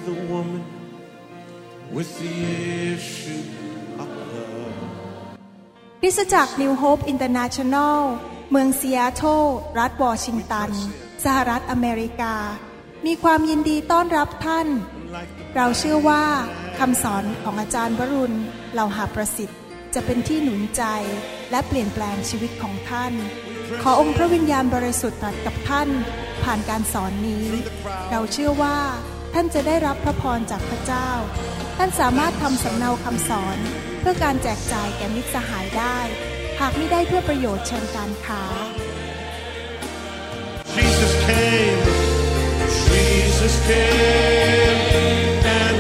the woman with the issue of blood คริสตจักร New Hope International เมืองซีแอตเทิลรัฐวอชิงตันสหรัฐอเมริกามีความยินดีต้อนรับท่านเราเชื่อว่าคำสอนของอาจารย์วรุณเหล่าหาประสิทธิ์จะเป็นที่หนุนใจและเปลี่ยนแปลงชีวิตของท่านขอองค์พระวิญญาณบริสุทธิ์ตรัสกับท่านผ่านการสอนนี้เราเชื่อว่าท่านจะได้รับพระพรจากพระเจ้าท่านสามารถทำสำเนาคำสอนเพื่อการแจกจ่ายแก่มิตรสหายได้หากไม่ได้เพื่อประโยชน์เชิงการค้า Jesus came and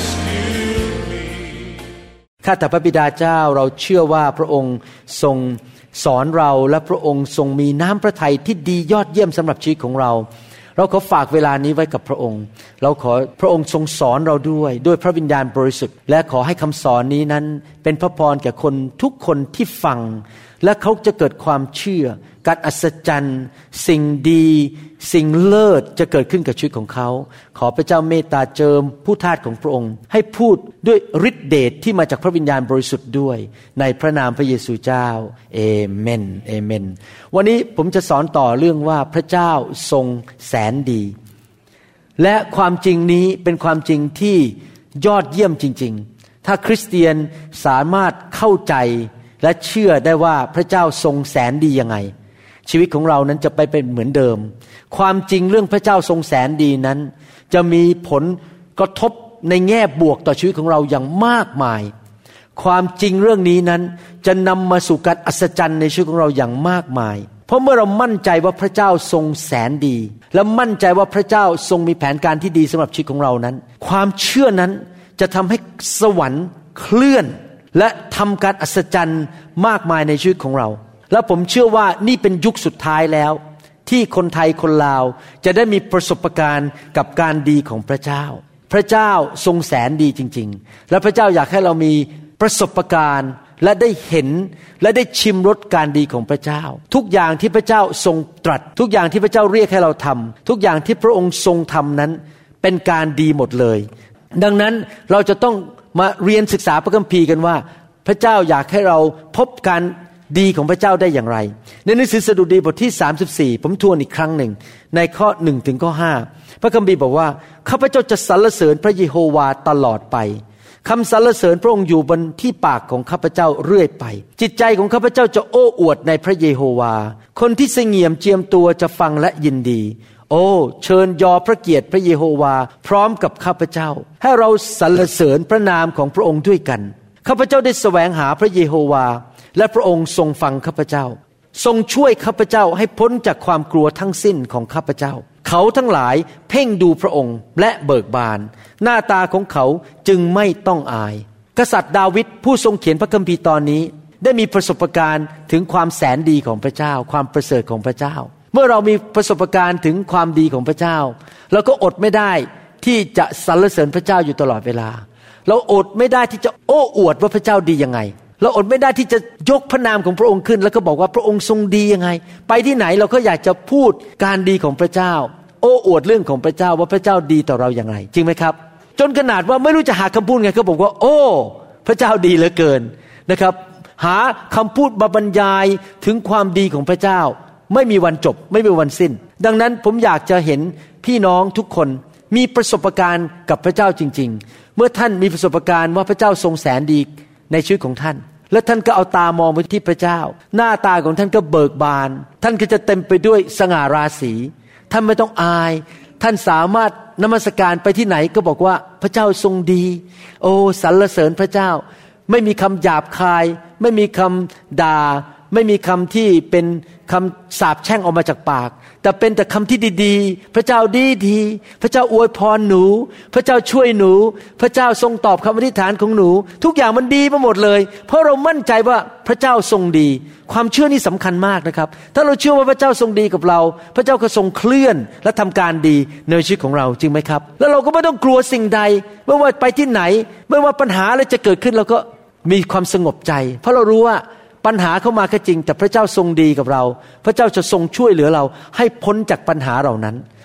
rescued me ข้าแต่พระบิดาเจ้าเราเชื่อว่าพระองค์ทรงสอนเราและพระองค์ทรงมีน้ำพระทัยที่ดียอดเยี่ยมสำหรับชีวิตของเราเราขอฝากเวลานี้ไว้กับพระองค์เราขอพระองค์ทรงสอนเราด้วยพระวิญญาณบริสุทธิ์และขอให้คำสอนนี้นั้นเป็นพระพรแก่คนทุกคนที่ฟังและเขาจะเกิดความเชื่อการอัศจรรย์สิ่งดีสิ่งเลิศจะเกิดขึ้นกับชีวิตของเขาขอพระเจ้าเมตตาเจิมผู้ทาสของพระองค์ให้พูดด้วยฤทธิเดชที่มาจากพระวิญญาณบริสุทธิ์ด้วยในพระนามพระเยซูเจ้าเอเมนเอเมนวันนี้ผมจะสอนต่อเรื่องว่าพระเจ้าทรงแสนดีและความจริงนี้เป็นความจริงที่ยอดเยี่ยมจริงๆถ้าคริสเตียนสามารถเข้าใจและเชื่อได้ว่าพระเจ้าทรงแสนดียังไงชีวิตของเรานั้นจะไปเป็นเหมือนเดิมความจริงเรื่องพระเจ้าทรงแสนดีนั้นจะมีผลกระทบในแง่บวกต่อชีวิตของเราอย่างมากมายความจริงเรื่องนี้นั้นจะนำมาสู่การอัศจรรย์ในชีวิตของเราอย่างมากมายเพราะเมื่อเรามั่นใจว่าพระเจ้าทรงแสนดีและมั่นใจว่าพระเจ้าทรงมีแผนการที่ดีสำหรับชีวิตของเรานั้นความเชื่อนั้นจะทำให้สวรรค์เคลื่อนและทำการอัศจรรย์มากมายในชีวิตของเราและผมเชื่อว่านี่เป็นยุคสุดท้ายแล้วที่คนไทยคนลาวจะได้มีประสบการณ์กับการดีของพระเจ้าพระเจ้าทรงแสนดีจริงๆและพระเจ้าอยากให้เรามีประสบการณ์และได้เห็นและได้ชิมรสการดีของพระเจ้าทุกอย่างที่พระเจ้าทรงตรัสทุกอย่างที่พระเจ้าเรียกให้เราทำทุกอย่างที่พระองค์ทรงทำนั้นเป็นการดีหมดเลยดังนั้นเราจะต้องมาเรียนศึกษาพระคัมภีร์กันว่าพระเจ้าอยากให้เราพบการดีของพระเจ้าได้อย่างไรในหนังสือสดุดีบทที่34ผมทวนอีกครั้งหนึ่งในข้อ1ถึงข้อ5พระคัมภีร์บอกว่าข้าพเจ้าจะสรรเสริญพระเยโฮวาตลอดไปคำสรรเสริญพระองค์อยู่บนที่ปากของข้าพเจ้าเรื่อยไปจิตใจของข้าพเจ้าจะโอ้อวดในพระเยโฮวาคนที่เสงี่ยมเจียมตัวจะฟังและยินดีโอ้เชิญยอพระเกียรติพระเยโฮวาพร้อมกับข้าพเจ้าให้เราสรรเสริญพระนามของพระองค์ด้วยกันข้าพเจ้าได้แสวงหาพระเยโฮวาและพระองค์ทรงฟังข้าพเจ้าทรงช่วยข้าพเจ้าให้พ้นจากความกลัวทั้งสิ้นของข้าพเจ้าเขาทั้งหลายเพ่งดูพระองค์และเบิกบานหน้าตาของเขาจึงไม่ต้องอายกษัตริย์ดาวิดผู้ทรงเขียนพระคัมภีร์ตอนนี้ได้มีประสบการณ์ถึงความแสนดีของพระเจ้าความประเสริฐของพระเจ้าเมื่อเรามีประสบการณ์ถึงความดีของพระเจ้าเราก็อดไม่ได้ที่จะสรรเสริญพระเจ้าอยู่ตลอดเวลาเราอดไม่ได้ที่จะโอ้อวดว่าพระเจ้าดียังไงเราอดไม่ได้ที่จะยกพระนามของพระองค์ขึ้นแล้วก็บอกว่าพระองค์ทรงดียังไงไปที่ไหนเราก็อยากจะพูดการดีของพระเจ้าโอ้อวดเรื่องของพระเจ้าว่าพระเจ้าดีต่อเราอย่างไรจริงไหมครับจนขนาดว่าไม่รู้จะหาคำพูดไงก็บอกว่าโอ้พระเจ้าดีเหลือเกินนะครับหาคำพูดมาบรรยายถึงความดีของพระเจ้าไม่มีวันจบไม่มีวันสิ้นดังนั้นผมอยากจะเห็นพี่น้องทุกคนมีประสบการณ์กับพระเจ้าจริงๆเมื่อท่านมีประสบการณ์ว่าพระเจ้าทรงแสนดีในชีวิตของท่านและท่านก็เอาตามองไปที่พระเจ้าหน้าตาของท่านก็เบิกบานท่านก็จะเต็มไปด้วยสง่าราศีท่านไม่ต้องอายท่านสามารถนมัสการไปที่ไหนก็บอกว่าพระเจ้าทรงดีโอ้สรรเสริญพระเจ้าไม่มีคำหยาบคายไม่มีคำด่าไม่มีคำที่เป็นคำสาปแช่งออกมาจากปากแต่เป็นแต่คำที่ดีๆพระเจ้าดีๆพระเจ้าอวยพรหนูพระเจ้าช่วยหนูพระเจ้าทรงตอบคำอธิษฐานของหนูทุกอย่างมันดีไปหมดเลยเพราะเรามั่นใจว่าพระเจ้าทรงดีความเชื่อนี่สำคัญมากนะครับถ้าเราเชื่อว่าพระเจ้าทรงดีกับเราพระเจ้าก็ทรงเคลื่อนและทำการดีในชีวิตของเราจริงไหมครับแล้วเราก็ไม่ต้องกลัวสิ่งใดไม่ว่าไปที่ไหนไม่ว่าปัญหาอะไรจะเกิดขึ้นเราก็มีความสงบใจเพราะเรารู้ว่าปัญหาเข้ามาก็จริงแต่พระเจ้าทรงดีกับเราพระเจ้าจะทรงช่วยเหลือเราให้พ้นจากปัญหาเหล่านั้น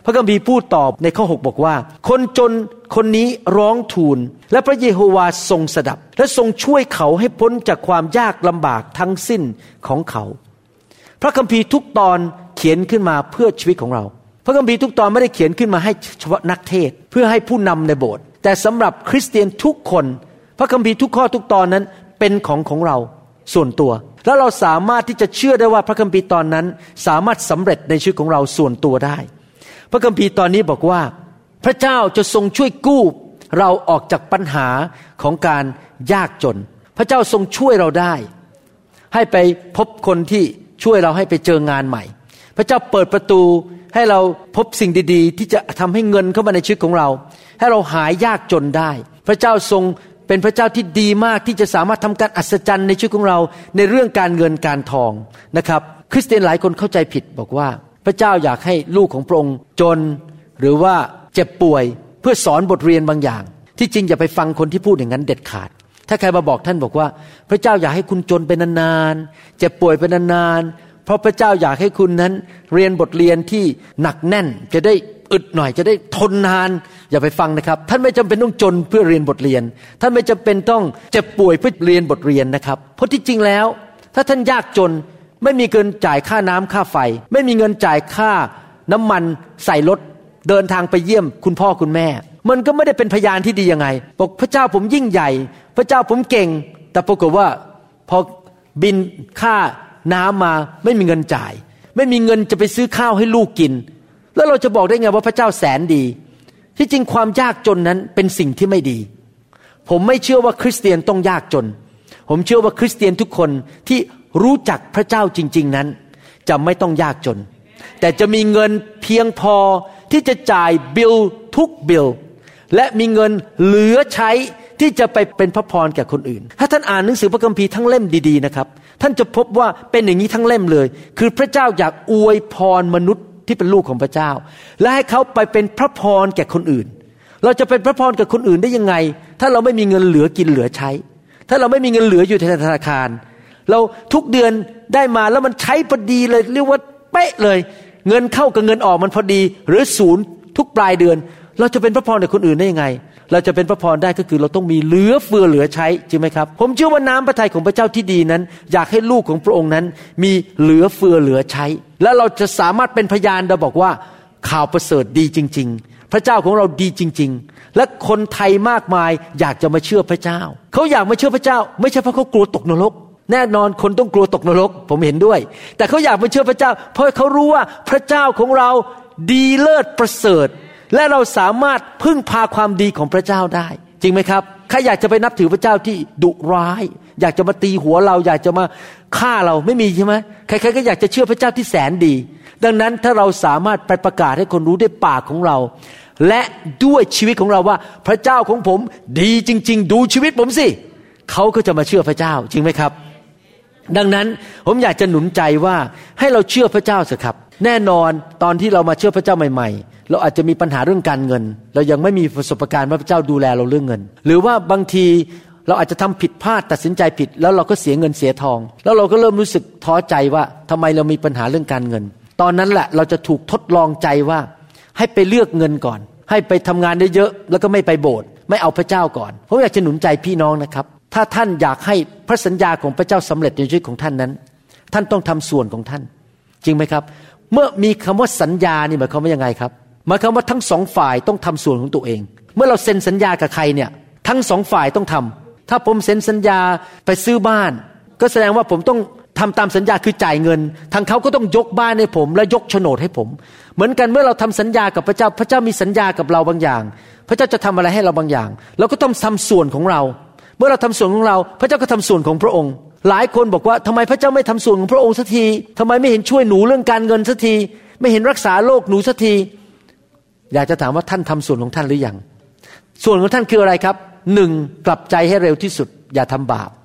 ระคัมภีร์พูดตอบในข้อ6บอกว่าคนจนคนนี้ร้องทูลและพระเยโฮวาทรงสดับและทรงช่วยเขาให้พ้นจากความยากลำบากทั้งสิ้นของเขาพระคัมภีร์ทุกตอนเขียนขึ้นมาเพื่อชีวิตของเราพระคัมภีร์ทุกตอนไม่ได้เขียนขึ้นมาให้เฉพาะนักเทศน์เพื่อให้ผู้นำในโบสถ์แต่สำหรับคริสเตียนทุกคนพระคัมภีร์ทุกข้อทุกตอนนั้นเป็นของเราส่วนตัวแล้วเราสามารถที่จะเชื่อได้ว่าพระคัมภีร์ตอนนั้นสามารถสำเร็จในชีวิตของเราส่วนตัวได้พระคัมภีร์ตอนนี้บอกว่าพระเจ้าจะทรงช่วยกู้เราออกจากปัญหาของการยากจนพระเจ้าทรงช่วยเราได้ให้ไปพบคนที่ช่วยเราให้ไปเจองานใหม่พระเจ้าเปิดประตูให้เราพบสิ่งดีๆที่จะทำให้เงินเข้ามาในชีวิตของเราให้เราหายยากจนได้พระเจ้าทรงเป็นพระเจ้าที่ดีมากที่จะสามารถทำการอัศจรรย์ในชีวิตของเราในเรื่องการเงินการทองนะครับคริสเตียนหลายคนเข้าใจผิดบอกว่าพระเจ้าอยากให้ลูกของพระองค์จนหรือว่าเจ็บป่วยเพื่อสอนบทเรียนบางอย่างที่จริงอย่าไปฟังคนที่พูดอย่างนั้นเด็ดขาดถ้าใครมาบอกท่านบอกว่าพระเจ้าอยากให้คุณจนเป็นนานๆเจ็บป่วยเป็นนานๆเพราะพระเจ้าอยากให้คุณนั้นเรียนบทเรียนที่หนักแน่นจะได้อึดหน่อยจะได้ทนนานอย่าไปฟังนะครับท่านไม่จำเป็นต้องจนเพื่อเรียนบทเรียนท่านไม่จำเป็นต้องเจ็บป่วยเพื่อเรียนบทเรียนนะครับเพราะที่จริงแล้วถ้าท่านยากจนไม่มีเงินจ่ายค่าน้ำค่าไฟไม่มีเงินจ่ายค่าน้ำมันใส่รถเดินทางไปเยี่ยมคุณพ่อคุณแม่มันก็ไม่ได้เป็นพยานที่ดียังไงบอกพระเจ้าผมยิ่งใหญ่พระเจ้าผมเก่งแต่ปรากฏว่าพอบินค่าน้ำมาไม่มีเงินจ่ายไม่มีเงินจะไปซื้อข้าวให้ลูกกินแล้วเราจะบอกได้ไงว่าพระเจ้าแสนดีที่จริงความยากจนนั้นเป็นสิ่งที่ไม่ดีผมไม่เชื่อว่าคริสเตียนต้องยากจนผมเชื่อว่าคริสเตียนทุกคนที่รู้จักพระเจ้าจริงๆนั้นจะไม่ต้องยากจนแต่จะมีเงินเพียงพอที่จะจ่ายบิลทุกบิลและมีเงินเหลือใช้ที่จะไปเป็นพระพรแก่คนอื่นถ้าท่านอ่านหนังสือพระคัมภีร์ทั้งเล่มดีๆนะครับท่านจะพบว่าเป็นอย่างนี้ทั้งเล่มเลยคือพระเจ้าอยากอวยพรมนุษย์ที่เป็นลูกของพระเจ้าและให้เขาไปเป็นพระพรแก่คนอื่นเราจะเป็นพระพรแก่คนอื่นได้ยังไงถ้าเราไม่มีเงินเหลือกินเหลือใช้ถ้าเราไม่มีเงินเหลืออยู่ในธนาคารเราทุกเดือนได้มาแล้วมันใช้พอดีเลยเรียกว่าเป๊ะเลยเงินเข้ากับเงินออกมันพอดีหรือศูนย์ทุกปลายเดือนเราจะเป็นพระพรแก่คนอื่นได้ยังไงเราจะเป็นพระพรได้ก็คือเราต้องมีเหลือเฟือเหลือใช้จริงไหมครับผมเชื่อว่าน้ำพระทัยของพระเจ้าที่ดีนั้นอยากให้ลูกของพระองค์นั้นมีเหลือเฟือเหลือใช้และเราจะสามารถเป็นพยานได้บอกว่าข่าวประเสริฐดีจริงๆพระเจ้าของเราดีจริงๆและคนไทยมากมายอยากจะมาเชื่อพระเจ้าเขาอยากมาเชื่อพระเจ้าไม่ใช่เพราะเขากลัวตกนรกแน่นอนคนต้องกลัวตกนรกผมเห็นด้วยแต่เขาอยากมาเชื่อพระเจ้าเพราะเขารู้ว่าพระเจ้าของเราดีเลิศประเสริฐและเราสามารถพึ่งพาความดีของพระเจ้าได้จริงไหมครับใครอยากจะไปนับถือพระเจ้าที่ดุร้ายอยากจะมาตีหัวเราอยากจะมาฆ่าเราไม่มีใช่ไหมใครๆก็อยากจะเชื่อพระเจ้าที่แสนดีดังนั้นถ้าเราสามารถไปประกาศให้คนรู้ด้วยปากของเราและด้วยชีวิตของเราว่าพระเจ้าของผมดีจริงๆดูชีวิตผมสิเขาก็จะมาเชื่อพระเจ้าจริงไหมครับดังนั้นผมอยากจะหนุนใจว่าให้เราเชื่อพระเจ้าสิครับแน่นอนตอนที่เรามาเชื่อพระเจ้าใหม่ๆเราอาจจะมีปัญหาเรื่องการเงินเรายังไม่มีประสบการณ์ว่าพระเจ้าดูแลเราเรื่องเงินหรือว่าบางทีเราอาจจะทำผิดพลาดตัดสินใจผิดแล้วเราก็เสียเงินเสียทองแล้วเราก็เริ่มรู้สึกท้อใจว่าทำไมเรามีปัญหาเรื่องการเงินตอนนั้นแหละเราจะถูกทดลองใจว่าให้ไปเลือกเงินก่อนให้ไปทำงานเยอะๆแล้วก็ไม่ไปโบสถ์ไม่เอาพระเจ้าก่อนผมอยากจะหนุนใจพี่น้องนะครับถ้าท่านอยากให้พระสัญญาของพระเจ้าสำเร็จในชีวิตของท่านนั้นท่านต้องทำส่วนของท่านจริงไหมครับเมื่อมีคำว่าสัญญานี่หมายความว่ายังไงครับหมายความว่าทั้งสองฝ่ายต้องทำส่วนของตัวเองเมื่อเราเซ็นสัญญากับใครเนี่ยทั้งสองฝ่ายต้องทำถ้าผมเซ็นสัญญาไปซื้อบ้านก็แสดงว่าผมต้องทำตามสัญญาคือจ่ายเงินทางเขาก็ต้องยกบ้านให้ผมและยกโฉนดให้ผมเหมือนกันเมื่อเราทำสัญญากับพระเจ้าพระเจ้ามีสัญญากับเราบางอย่างพระเจ้าจะทำอะไรให้เราบางอย่างเราก็ต้องทำส่วนของเราเมื่อเราทำส่วนของเราพระเจ้าก็ทำส่วนของพระองค์หลายคนบอกว่าทำไมพระเจ้าไม่ทำส่วนของพระองค์สักทีทำไมไม่เห็นช่วยหนูเรื่องการเงินสักทีไม่เห็นรักษาโรคหนูสักทีอยากจะถามว่าท่านทำส่วนของท่านหรือยังส่วนของท่านคืออะไรครับ 1. กลับใจให้เร็วที่สุดอย่าทำบาป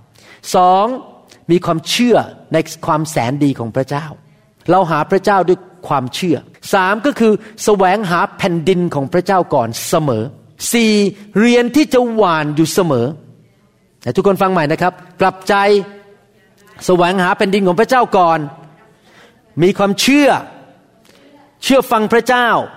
2. มีความเชื่อในความแสนดีของพระเจ้าเราหาพระเจ้าด้วยความเชื่อ 3. ก็คือแสวงหาแผ่นดินของพระเจ้าก่อนเสมอ 4. เรียนที่จะหว่านอยู่เสมอแต่ทุกคนฟังใหม่นะครับกลับใจแสวงหาแผ่นดินของพระเจ้าก่อนมีความเชื่อฟังพระเจ้า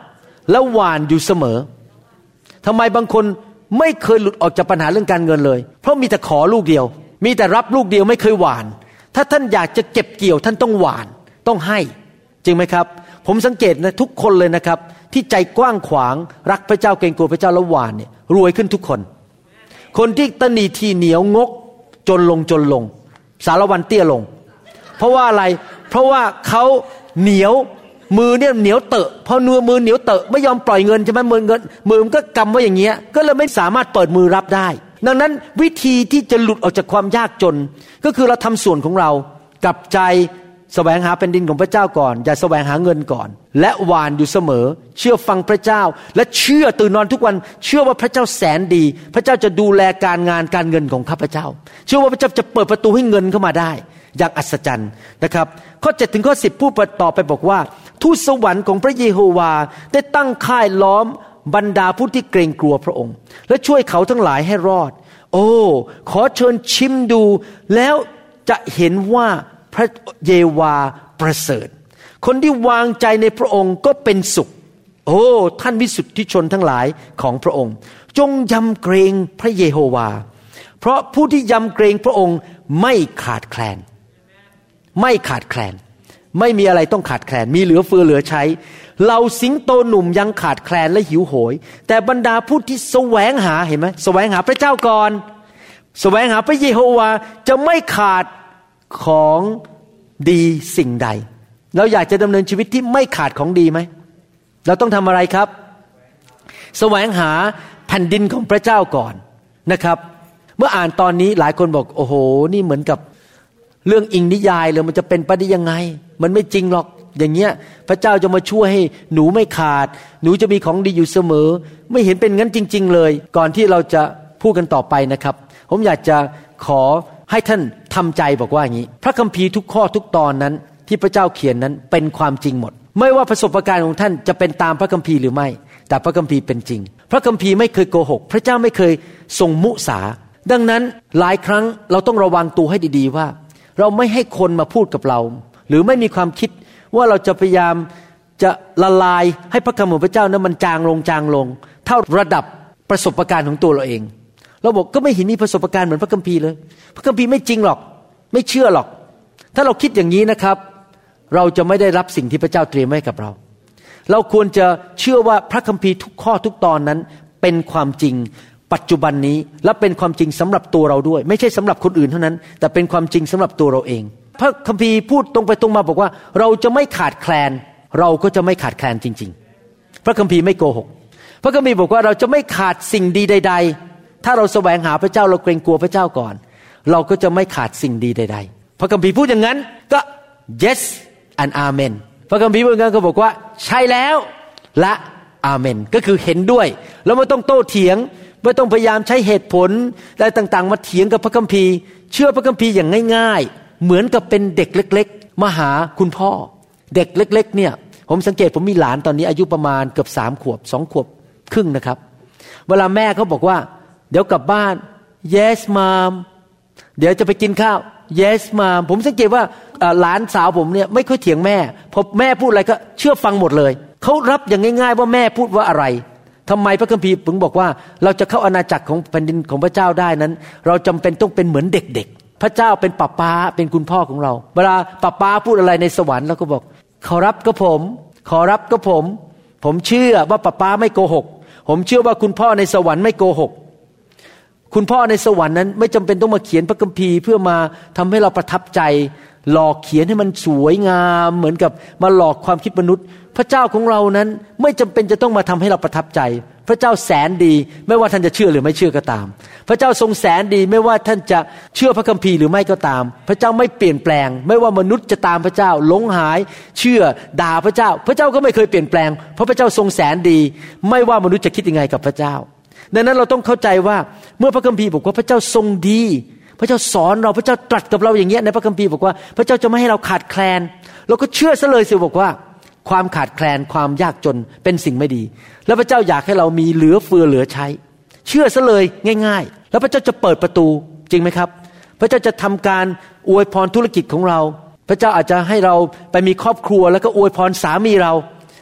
และหว่านอยู่เสมอทำไมบางคนไม่เคยหลุดออกจากปัญหาเรื่องการเงินเลยเพราะมีแต่ขอลูกเดียวมีแต่รับลูกเดียวไม่เคยหว่านถ้าท่านอยากจะเก็บเกี่ยวท่านต้องหว่านต้องให้จริงไหมครับผมสังเกตนะทุกคนเลยนะครับที่ใจกว้างขวางรักพระเจ้าเกรงกลัวพระเจ้าแล้วหว่านเนี่ยรวยขึ้นทุกคนคนที่ตนีทีเหนียวงกจนลงสารวันเตี้ยลงเพราะว่าอะไรเพราะว่าเขาเหนียวมือเนี่ยเหนียวเตอะพอมือเหนียวเตอะไม่ยอมปล่อยเงินใช่ไหมมือมันก็กำไว้อย่างเงี้ยก็เลยไม่สามารถเปิดมือรับได้ดังนั้นวิธีที่จะหลุดออกจากความยากจนก็คือเราทำส่วนของเรากลับใจแสวงหาแผ่นดินของพระเจ้าก่อนอย่าแสวงหาเงินก่อนและหว่านอยู่เสมอเชื่อฟังพระเจ้าและเชื่อตื่นนอนทุกวันเชื่อว่าพระเจ้าแสนดีพระเจ้าจะดูแลการงานการเงินของข้าพเจ้าเชื่อว่าพระเจ้าจะเปิดประตูให้เงินเข้ามาได้อย่างอัศจรรย์นะครับข้อ7ถึงข้อ10พูดต่อไปบอกว่าทูตสวรรค์ของพระเยโฮวาได้ตั้งค่ายล้อมบรรดาผู้ที่เกรงกลัวพระองค์และช่วยเขาทั้งหลายให้รอดโอ้ขอเชิญชิมดูแล้วจะเห็นว่าพระเยโฮวาประเสริฐคนที่วางใจในพระองค์ก็เป็นสุขโอ้ท่านวิสุทธิชนทั้งหลายของพระองค์จงยำเกรงพระเยโฮวาเพราะผู้ที่ยำเกรงพระองค์ไม่ขาดแคลนไม่ขาดแคลนไม่มีอะไรต้องขาดแคลนมีเหลือเฟือเหลือใช้เหล่าสิงโตหนุ่มยังขาดแคลนและหิวโหยแต่บรรดาผู้ที่แสวงหาเห็นไหมแสวงหาพระเจ้าก่อนแสวงหาพระเยโฮวาจะไม่ขาดของดีสิ่งใดเราอยากจะดำเนินชีวิตที่ไม่ขาดของดีไหมเราต้องทำอะไรครับแสวงหาแผ่นดินของพระเจ้าก่อนนะครับเมื่ออ่านตอนนี้หลายคนบอกโอ้โหนี่เหมือนกับเรื่องอิงนิยายเลยมันจะเป็นไปได้ยังไงมันไม่จริงหรอกอย่างเงี้ยพระเจ้าจะมาช่วยให้หนูไม่ขาดหนูจะมีของดีอยู่เสมอไม่เห็นเป็นงั้นจริงๆเลยก่อนที่เราจะพูดกันต่อไปนะครับผมอยากจะขอให้ท่านทำใจบอกว่าอย่างนี้พระคัมภีร์ทุกข้อทุกตอนนั้นที่พระเจ้าเขียนนั้นเป็นความจริงหมดไม่ว่าประสบการณ์ของท่านจะเป็นตามพระคัมภีร์หรือไม่แต่พระคัมภีร์เป็นจริงพระคัมภีร์ไม่เคยโกหกพระเจ้าไม่เคยทรงมุสาดังนั้นหลายครั้งเราต้องระวังตัวให้ดีๆว่าเราไม่ให้คนมาพูดกับเราหรือไม่มีความคิดว่าเราจะพยายามจะละลายให้พระคำของพระเจ้านั้นมันจางลงเท่าระดับประสบการณ์ของตัวเราเองเราบอกก็ไม่เห็นมีประสบการณ์เหมือนพระคัมภีร์เลยพระคัมภีร์ไม่จริงหรอกไม่เชื่อหรอกถ้าเราคิดอย่างนี้นะครับเราจะไม่ได้รับสิ่งที่พระเจ้าเตรียมไว้กับเราเราควรจะเชื่อว่าพระคัมภีร์ทุกข้อทุกตอนนั้นเป็นความจริงปัจจุบันนี้และเป็นความจริงสำหรับตัวเราด้วยไม่ใช่สำหรับคนอื่นเท่านั้นแต่เป็นความจริงสำหรับตัวเราเองพระคัมภีร์พูดตรงไปตรงมาบอกว่าเราจะไม่ขาดแคลนเราก็จะไม่ขาดแคลนจริงๆพระคัมภีร์ไม่โกหกพระคัมภีร์บอกว่าเราจะไม่ขาดสิ่งดีใดๆถ้าเราแสวงหาพระเจ้าเราเกรงกลัวพระเจ้าก่อนเราก็จะไม่ขาดสิ่งดีใดๆพระคัมภีร์พูดอย่างนั้นก็ yes and amen พระคัมภีร์พูดอย่างนั้นก็บอกว่าใช่แล้วและอาเมนก็คือเห็นด้วยแล้วไม่ต้องโต้เถียงไม่ต้องพยายามใช้เหตุผลอะไรต่างๆมาเถียงกับพระคัมภีร์เชื่อพระคัมภีร์อย่างง่ายๆเหมือนกับเป็นเด็กเล็กๆมาหาคุณพ่อเด็กเล็กๆเนี่ยผมสังเกตผมมีหลานตอนนี้อายุประมาณเกือบ3 ขวบ 2 ขวบครึ่งนะครับเวลาแม่เขาบอกว่าเดี๋ยวกลับบ้าน yes mom เดี๋ยวจะไปกินข้าว yes mom ผมสังเกตว่าหลานสาวผมเนี่ยไม่ค่อยเถียงแม่พอแม่พูดอะไรก็เชื่อฟังหมดเลยเขารับอย่างง่ายๆว่าแม่พูดว่าอะไรทำไมพระคัมภีร์ถึงบอกว่าเราจะเข้าอาณาจักรของแผ่นดินของพระเจ้าได้นั้นเราจำเป็นต้องเป็นเหมือนเด็กๆพระเจ้าเป็นป้าเป็นคุณพ่อของเราเวลาป้าพูดอะไรในสวรรค์เราก็บอกขอรับก็ผมขอรับก็ผมเชื่อว่าป้าไม่โกหกผมเชื่อว่าคุณพ่อในสวรรค์ไม่โกหกคุณพ่อในสวรรค์นั้นไม่จำเป็นต้องมาเขียนพระคัมภีร์เพื่อมาทำให้เราประทับใจหลอกเขียนให้มันสวยงามเหมือนกับมาหลอกความคิดมนุษย์พระเจ้าของเรานั้นไม่จำเป็นจะต้องมาทำให้เราประทับใจพระเจ้าแสนดีไม่ว่าท่านจะเชื่อหรือไม่เชื่อก็ตามพระเจ้าทรงแสนดีไม่ว่าท่านจะเชื่อพระคัมภีร์หรือไม่ก็ตามพระเจ้าไม่เปลี่ยนแปลงไม่ว่ามนุษย์จะตามพระเจ้าหลงหายเชื่อด่าพระเจ้าพระเจ้าก็ไม่เคยเปลี่ยนแปลงเพราะพระเจ้าทรงแสนดีไม่ว่ามนุษย์จะคิดยังไงกับพระเจ้าดังนั้นเราต้องเข้าใจว่าเมื่อพระคัมภีร์บอกว่าพระเจ้าทรงดีพระเจ้าสอนเราพระเจ้าตรัสกับเราอย่างเงี้ยในพระคัมภีร์บอกว่าพระเจ้าจะไม่ให้เราขาดแคลนเราก็เชื่อซะเลยสิบอกว่าความขาดแคลนความยากจนเป็นสิ่งไม่ดีแล้วพระเจ้าอยากให้เรามีเหลือเฟือเหลือใช้เชื่อซะเลยง่ายๆแล้วพระเจ้าจะเปิดประตูจริงไหมครับพระเจ้าจะทำการอวยพรธุรกิจของเราพระเจ้าอาจจะให้เราไปมีครอบครัวแล้วก็อวยพรสามีเรา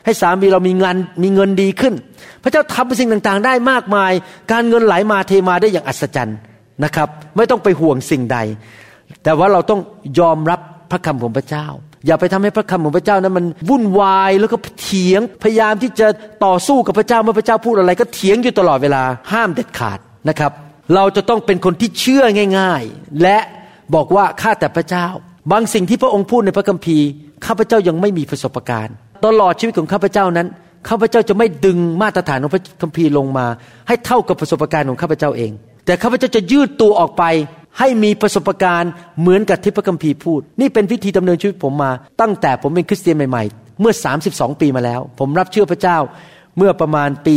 ให้สามีเรามีเงินดีขึ้นพระเจ้าทำสิ่งต่างๆได้มากมายการเงินไหลมาเทมาได้อย่างอัศจรรย์นะครับไม่ต้องไปห่วงสิ่งใดแต่ว่าเราต้องยอมรับพระคำของพระเจ้าอย่าไปทำให้พระคำของพระเจ้านั้นมันวุ่นวายแล้วก็เถียงพยายามที่จะต่อสู้กับพระเจ้าเมื่อพระเจ้าพูดอะไรก็เถียงอยู่ตลอดเวลาห้ามเด็ดขาดนะครับเราจะต้องเป็นคนที่เชื่อง่ายๆและบอกว่าข้าแต่พระเจ้าบางสิ่งที่พระองค์พูดในพระคัมภีร์ข้าพเจ้ายังไม่มีประสบการณ์ตลอดชีวิตของข้าพเจ้านั้นข้าพเจ้าจะไม่ดึงมาตรฐานของพระคัมภีร์ลงมาให้เท่ากับประสบการณ์ของข้าพเจ้าเองแต่ข้าพเจ้าจะยืดตัวออกไปให้มีประสบการณ์เหมือนกับที่พระคัมภีร์พูดนี่เป็นวิธีดำเนินชีวิตผมมาตั้งแต่ผมเป็นคริสเตียนใหม่ๆเมื่อ32ปีมาแล้วผมรับเชื่อพระเจ้าเมื่อประมาณปี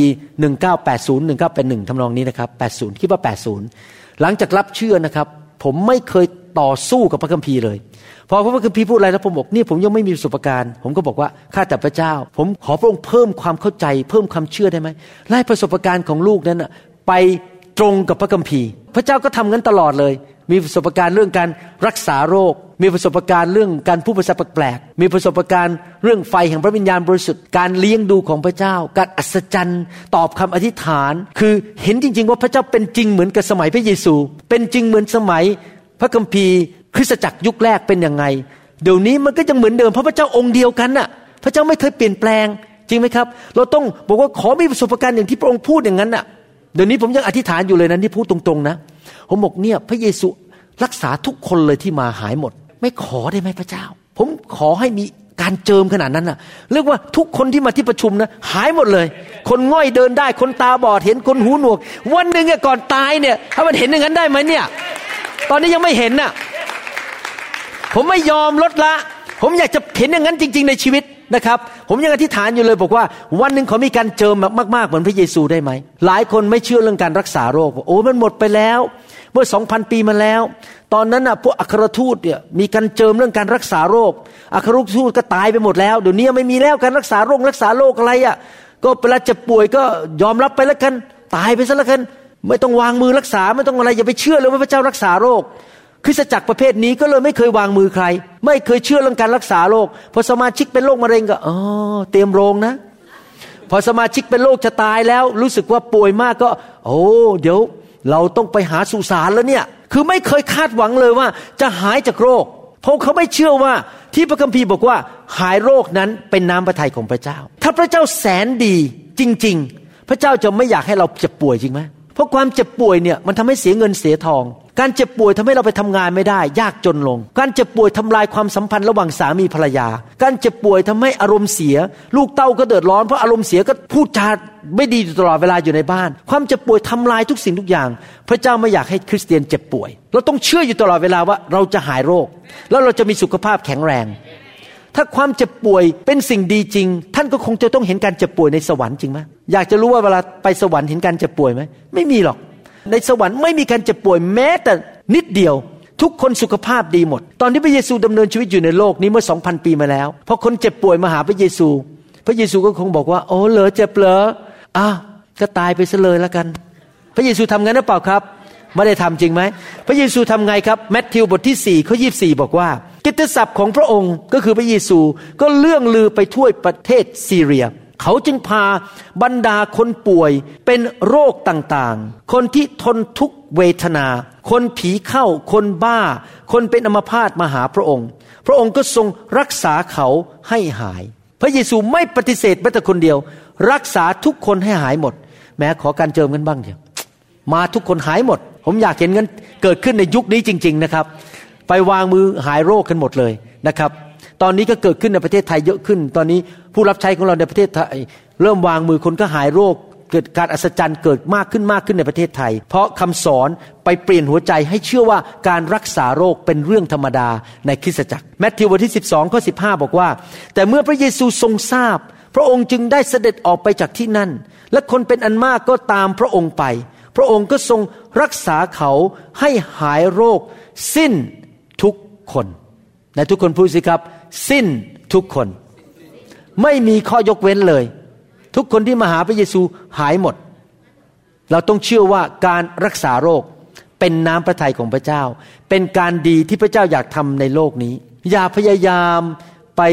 1980 1981ทำนองนี้นะครับ80คิดว่า80หลังจากรับเชื่อนะครับผมไม่เคยต่อสู้กับพระคัมภีร์เลยพอพระคัมภีร์พูดอะไรแล้วผมบอกนี่ผมยังไม่มีประสบการณ์ผมก็บอกว่าข้าแต่พระเจ้าผมขอพระองค์เพิ่มความเข้าใจเพิ่มความเชื่อได้ไหมและให้ประสบการณ์ของลูกนั้นไปตรงกับพระคัมภีร์พระเจ้าก็ทำงั้นตลอดเลยมีประสบการณ์เรื่องการรักษาโรคมีประสบการณ์เรื่องการพูดภาษาแปลกๆมีประสบการณ์เรื่องไฟแห่งพระวิญญาณบริสุทธิ์การเลี้ยงดูของพระเจ้าการอัศจรรย์ตอบคำอธิษฐานคือเห็นจริงๆว่าพระเจ้าเป็นจริงเหมือนกับสมัยพระเยซูเป็นจริงเหมือนสมัยพระคัมภีร์คริสตจักรยุคแรกเป็นยังไงเดี๋ยวนี้มันก็ยังเหมือนเดิมเพราะพระเจ้าองค์เดียวกันน่ะพระเจ้าไม่เคยเปลี่ยนแปลงจริงไหมครับเราต้องบอกว่าขอมีประสบการณ์อย่างที่พระองค์พูดอย่างนั้นน่ะเดี๋ยวนี้ผมยังอธิษฐานอยู่เลยนะที่พูดตรงๆนะผมบอกเนี่ยพระเยซูรักษาทุกคนเลยที่มาหายหมดไม่ขอได้ไหมพระเจ้าผมขอให้มีการเจิมขนาดนั้นน่ะเรียกว่าทุกคนที่มาที่ประชุมนะหายหมดเลยคนง่อยเดินได้คนตาบอดเห็นคนหูหนวกวันนึงก่อนตายเนี่ยถ้ามันเห็นอย่างนั้นได้ไหมเนี่ยตอนนี้ยังไม่เห็นน่ะผมไม่ยอมลดละผมอยากจะเห็นอย่างนั้นจริงๆในชีวิตนะครับผมยังอธิษฐานอยู่เลยบอกว่าวันนึงขอมีการเจิมมากๆเหมือนพระเยซูได้ไหมหลายคนไม่เชื่อเรื่องการรักษาโรคโอ้มันหมดไปแล้วเมื่อ 2,000 ปีมาแล้วตอนนั้นน่ะพวกอัครทูตเนี่ยมีการเจิมเรื่องการรักษาโรคอัครทูตก็ตายไปหมดแล้วเดี๋ยวนี้ไม่มีแล้วการรักษาโรคอะไรอ่ะก็เวลาเจ็บป่วยก็ยอมรับไปแล้วกันตายไปซะแล้วกันไม่ต้องวางมือรักษาไม่ต้องอะไรอย่าไปเชื่อเลยว่าพระเจ้ารักษาโรคคริสตจักรประเภทนี้ก็เลยไม่เคยวางมือใครไม่เคยเชื่อเรื่องการรักษาโรคพอสมาชิกเป็นโรคมะเร็งก็เตรียมโรงนะพอสมาชิกเป็นโรคจะตายแล้วรู้สึกว่าป่วยมากก็เดี๋ยวเราต้องไปหาสุสานแล้วเนี่ยคือไม่เคยคาดหวังเลยว่าจะหายจากโรคเพราะเขาไม่เชื่อว่าที่พระคัมภีร์บอกว่าหายโรคนั้นเป็นน้ำพระทัยของพระเจ้าถ้าพระเจ้าแสนดีจริงๆพระเจ้าจะไม่อยากให้เราเจ็บป่วยจริงไหมเพราะความเจ็บป่วยเนี่ยมันทำให้เสียเงินเสียทองการเจ็บป่วยทำให้เราไปทำงานไม่ได้ยากจนลงการเจ็บป่วยทำลายความสัมพันธ์ระหว่างสามีภรรยาการเจ็บป่วยทำให้อารมณ์เสียลูกเต้าก็เดือดร้อนเพราะอารมณ์เสียก็พูดจาไม่ดีตลอดเวลาอยู่ในบ้านความเจ็บป่วยทำลายทุกสิ่งทุกอย่างพระเจ้าไม่อยากให้คริสเตียนเจ็บป่วยเราต้องเชื่ออยู่ตลอดเวลาว่าเราจะหายโรคแล้วเราจะมีสุขภาพแข็งแรงถ้าความเจ็บป่วยเป็นสิ่งดีจริงท่านก็คงจะต้องเห็นการเจ็บป่วยในสวรรค์จริงไหมอยากจะรู้ว่าเวลาไปสวรรค์เห็นการเจ็บป่วยไหมไม่มีหรอกในสวรรค์ไม่มีการเจ็บป่วยแม้แต่นิดเดียวทุกคนสุขภาพดีหมดตอนที่พระเยซูดำเนินชีวิตอยู่ในโลกนี้เมื่อ 2,000 ปีมาแล้วพอคนเจ็บป่วยมาหาพระเยซูก็คงบอกว่าโอ้เหรอเจ็บเหรอก็ตายไปซะเลยแล้วกันพระเยซูทำงั้นหรือเปล่าครับไม่ได้ทำจริงไหมพระเยซูทำไงครับมัทธิวบทที่4ข้อ24บอกว่ากิตติศัพท์ของพระองค์ก็คือพระเยซูก็เลื่องลือไปทั่วประเทศซีเรียเขาจึงพาบรรดาคนป่วยเป็นโรคต่างๆคนที่ทนทุกข์เวทนาคนผีเข้าคนบ้าคนเป็นอัมพาตมาหาพระองค์พระองค์ก็ทรงรักษาเขาให้หายพระเยซูไม่ปฏิเสธแม้แต่คนเดียวรักษาทุกคนให้หายหมดแม้ขอการเจิมกันบ้างเถอะมาทุกคนหายหมดผมอยากเห็นงั้นเกิดขึ้นในยุคนี้จริงๆนะครับไปวางมือหายโรคกันหมดเลยนะครับตอนนี้ก็เกิดขึ้นในประเทศไทยเยอะขึ้นตอนนี้ผู้รับใช้ของเราในประเทศไทยเริ่มวางมือคนก็หายโรคเกิดการอัศจรรย์เกิดมากขึ้นในประเทศไทยเพราะคำสอนไปเปลี่ยนหัวใจให้เชื่อว่าการรักษาโรคเป็นเรื่องธรรมดาในคริสตจักรมัทธิวบทที่12ข้อ15บอกว่าแต่เมื่อพระเยซูทรงทราบพระองค์จึงได้เสด็จออกไปจากที่นั่นและคนเป็นอันมากก็ตามพระองค์ไปพระองค์ก็ทรงรักษาเขาให้หายโรคสิ้นทุกคนและทุกคนพูดสิครับสิ้นทุกคนไม่มีข้อยกเว้นเลยทุกคนที่มาหาพระเยซูหายหมดเราต้องเชื่อว่าการรักษาโรคเป็นน้ำพระทัยของพระเจ้าเป็นการดีที่พระเจ้าอยากทำในโลกนี้อย่าพยายามไป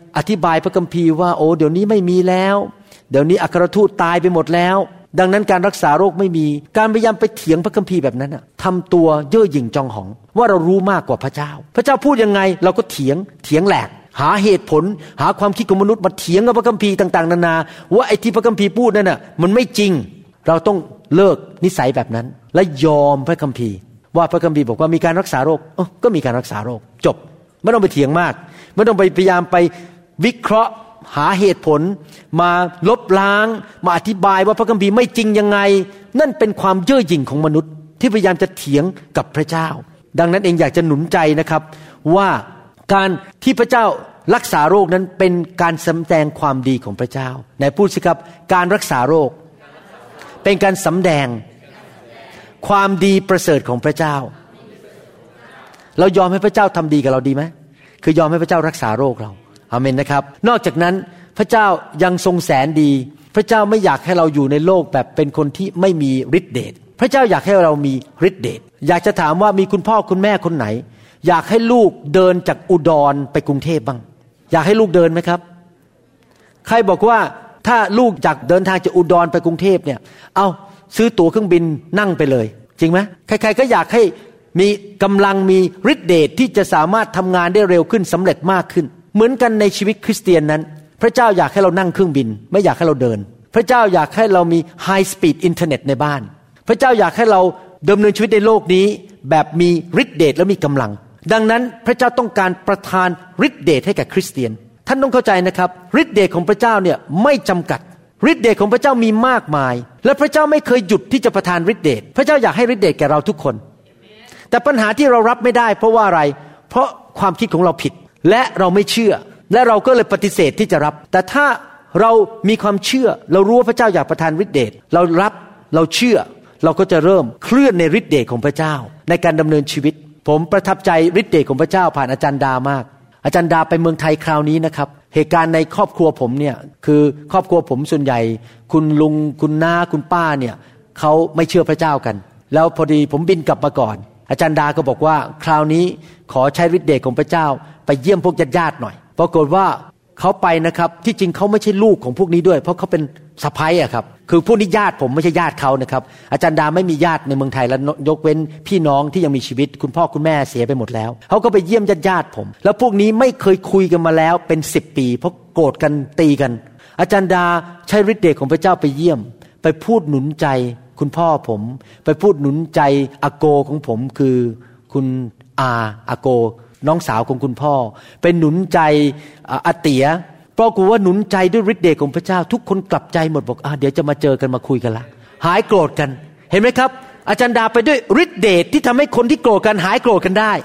อธิบายพระคัมภีร์ว่าโอ้เดี๋ยวนี้ไม่มีแล้วเดี๋ยวนี้อัครทูตตายไปหมดแล้วดังนั้นการรักษาโรคไม่มีการพยายามไปเถียงพระคัมภีร์แบบนั้นทำตัวเย่อหยิ่งจองหองว่าเรารู้มากกว่าพระเจ้าพระเจ้าพูดยังไงเราก็เถียงแหลกหาเหตุผลหาความคิดของมนุษย์มาเถียงกับพระคัมภีร์ต่างๆนานาว่าไอ้ที่พระคัมภีร์พูดนั่นน่ะมันไม่จริงเราต้องเลิกนิสัยแบบนั้นและยอมพระคัมภีร์ว่าพระคัมภีร์บอกว่ามีการรักษาโรคก็มีการรักษาโรคจบไม่ต้องไปเถียงมากไม่ต้องไปพยายามไปวิเคราะห์หาเหตุผลมาลบล้างมาอธิบายว่าพระคัมภีร์ไม่จริงยังไงนั่นเป็นความเย่อหยิ่งของมนุษย์ที่พยายามจะเถียงกับพระเจ้าดังนั้นเองอยากจะหนุนใจนะครับว่าการที่พระเจ้ารักษาโรคนั้นเป็นการสำแดงความดีของพระเจ้าไหนพูดสิครับการรักษาโรคเป็นการสำแดงความดีประเสริฐของพระเจ้าเรายอมให้พระเจ้าทำดีกับเราดีไหมคือยอมให้พระเจ้ารักษาโรคเราอาเมนนะครับนอกจากนั้นพระเจ้ายังทรงแสนดีพระเจ้าไม่อยากให้เราอยู่ในโลกแบบเป็นคนที่ไม่มีฤทธิ์เดชพระเจ้าอยากให้เรามีฤทธิ์เดชอยากจะถามว่ามีคุณพ่อคุณแม่คนไหนอยากให้ลูกเดินจากอุดรไปกรุงเทพบ้างอยากให้ลูกเดินไหมครับใครบอกว่าถ้าลูกอยากเดินทางจากอุดรไปกรุงเทพเนี่ยเอาซื้อตั๋วเครื่องบินนั่งไปเลยจริงไหมใครๆก็อยากให้มีกำลังมีฤทธิ์เดชที่จะสามารถทำงานได้เร็วขึ้นสำเร็จมากขึ้นเหมือนกันในชีวิตคริสเตียนนั้นพระเจ้าอยากให้เรานั่งเครื่องบินไม่อยากให้เราเดินพระเจ้าอยากให้เรามีไฮสปีดอินเทอร์เน็ตในบ้านพระเจ้าอยากให้เราดำเนินชีวิตในโลกนี้แบบมีฤทธิ์เดชและมีกำลังดังนั้นพระเจ้าต้องการประทานฤทธิ์เดชให้แก่คริสเตียนท่านต้องเข้าใจนะครับฤทธิ์เดชของพระเจ้าเนี่ยไม่จำกัดฤทธิ์เดชของพระเจ้ามีมากมายและพระเจ้าไม่เคยหยุดที่จะประทานฤทธิ์เดชพระเจ้าอยากให้ฤทธิ์เดชแก่เราทุกคนแต่ปัญหาที่เรารับไม่ได้เพราะว่าอะไรเพราะความคิดของเราผิดและเราไม่เชื่อและเราก็เลยปฏิเสธที่จะรับแต่ถ้าเรามีความเชื่อเรารู้ว่าพระเจ้าอยากประทานฤทธิ์เดชเรารับเราเชื่อเราก็จะเริ่มเคลื่อนในฤทธิ์เดชของพระเจ้าในการดำเนินชีวิตผมประทับใจฤทธิ์เดชของพระเจ้าผ่านอาจารย์ดามากอาจารย์ดาไปเมืองไทยคราวนี้นะครับเหตุการณ์ในครอบครัวผมเนี่ยคือครอบครัวผมส่วนใหญ่คุณลุงคุณน้าคุณป้าเนี่ยเขาไม่เชื่อพระเจ้ากันแล้วพอดีผมบินกลับมาก่อนอาจารย์ดาก็บอกว่าคราวนี้ขอใช้ฤทธิ์เดชของพระเจ้าไปเยี่ยมพวกญาติๆหน่อยปรากฏว่าเขาไปนะครับที่จริงเขาไม่ใช่ลูกของพวกนี้ด้วยเพราะเขาเป็นสะใภ้อะครับคือพวกนี้ญาติผมไม่ใช่ญาติเขานะครับอาจารย์ดาไม่มีญาติในเมืองไทยแล้วยกเว้นพี่น้องที่ยังมีชีวิตคุณพ่อคุณแม่เสียไปหมดแล้วเขาก็ไปเยี่ยมญาติผมแล้วพวกนี้ไม่เคยคุยกันมาแล้วเป็น10 ปีเพราะโกรธกันตีกันอาจารย์ดาใช้ฤทธิ์เดชของพระเจ้าไปเยี่ยมไปพูดหนุนใจคุณพ่อผมไปพูดหนุนใจอาโกของผมคือคุณอาโกน้องสาวของคุณพ่อเป็นหนุนใจอาเตียปรากฏว่าหนุนใจด้วยฤทธิ์เดชของพระเจ้าทุกคนกลับใจหมดบอกเดี๋ยวจะมาเจอกันมาคุยกันละหายโกรธกันเห็นไหมครับอาจารย์ดาไปด้วยฤทธิ์เดชที่ทำให้คนที่โกรธกันหายโกรธกันได้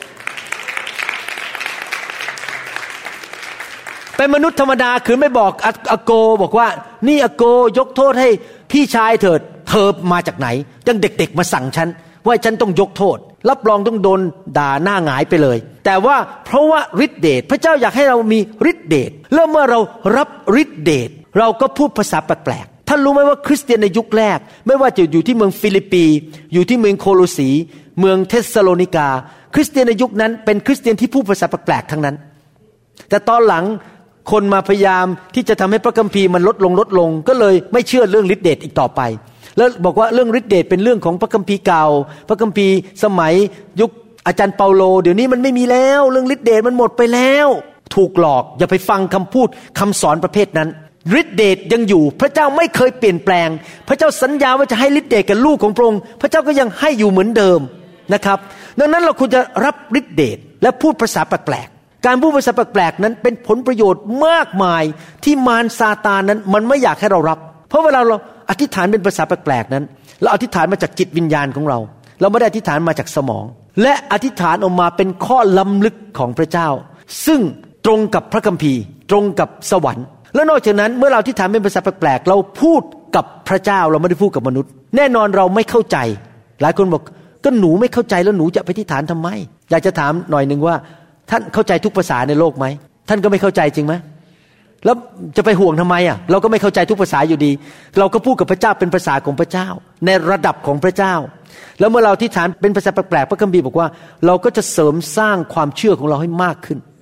เป็นมนุษย์ธรรมดาคือไม่บอกอาโกบอกว่านี่อาโกยกโทษให้พี่ชายเถิดเธอมาจากไหนจังเด็กๆมาสั่งฉันว่าฉันต้องยกโทษรับรองต้องโดนด่าหน้าหงายไปเลยแต่ว่าเพราะว่าฤทธิ์เดชพระเจ้าอยากให้เรามีฤทธิ์เดชแล้วเมื่อเรารับฤทธิ์เดชเราก็พูดภาษาแปลกๆท่านรู้ไหมว่าคริสเตียนในยุคแรกไม่ว่าจะอยู่ที่เมืองฟิลิปปีอยู่ที่เมืองโคโลสีเมืองเทสซาโลนิกาคริสเตียนในยุคนั้นเป็นคริสเตียนที่พูดภาษาแปลกๆทั้งนั้นแต่ตอนหลังคนมาพยายามที่จะทำให้พระคัมภีร์มันลดลงก็เลยไม่เชื่อเรื่องฤทธิ์เดชอีกต่อไปแล้วบอกว่าเรื่องฤทธิ์เดชเป็นเรื่องของพระคัมภีร์เก่าพระคัมภีร์สมัยยุคอาจารย์เปาโลเดี๋ยวนี้มันไม่มีแล้วเรื่องฤทธิ์เดชมันหมดไปแล้วถูกหลอกอย่าไปฟังคำพูดคำสอนประเภทนั้นฤทธิ์เดชยังอยู่พระเจ้าไม่เคยเปลี่ยนแปลงพระเจ้าสัญญาว่าจะให้ฤทธิ์เดชกับลูกของพระองค์พระเจ้าก็ยังให้อยู่เหมือนเดิมนะครับดังนั้นเราควรจะรับฤทธิ์เดชและพูดภาษาแปลกๆการพูดภาษาแปลกๆนั้นเป็นผลประโยชน์มากมายที่มารซาตานนั้นมันไม่อยากให้เรารับเพราะเวลาเราอธิษฐานเป็นภาษาแปลกๆนั้นเราอธิษฐานมาจากจิตวิญญาณของเราไม่ได้อธิษฐานมาจากสมองและอธิษฐานออกมาเป็นข้อล้ำลึกของพระเจ้าซึ่งตรงกับพระคัมภีร์ตรงกับสวรรค์และนอกจากนั้นเมื่อเราอธิษฐานเป็นภาษาแปลกๆเราพูดกับพระเจ้าเราไม่ได้พูดกับมนุษย์แน่นอนเราไม่เข้าใจหลายคนบอกก็หนูไม่เข้าใจแล้วหนูจะไปอธิษฐานทำไมอยากจะถามหน่อยนึงว่าท่านเข้าใจทุกภาษาในโลกไหมท่านก็ไม่เข้าใจจริงไหมแล้วจะไปห่วงทำไมเราก็ไม่เข้าใจทุกภาษาอยู่ดีเราก็พูดกับพระเจ้าเป็นภาษาของพระเจ้าในระดับของพระเจ้าแล้วเมื่อเราอธิษฐานเป็นภาษาแปลกๆพระคัมภีร์บอกว่าเราก็จะเสริมสร้างความเชื่อของเราให้มากขึ้น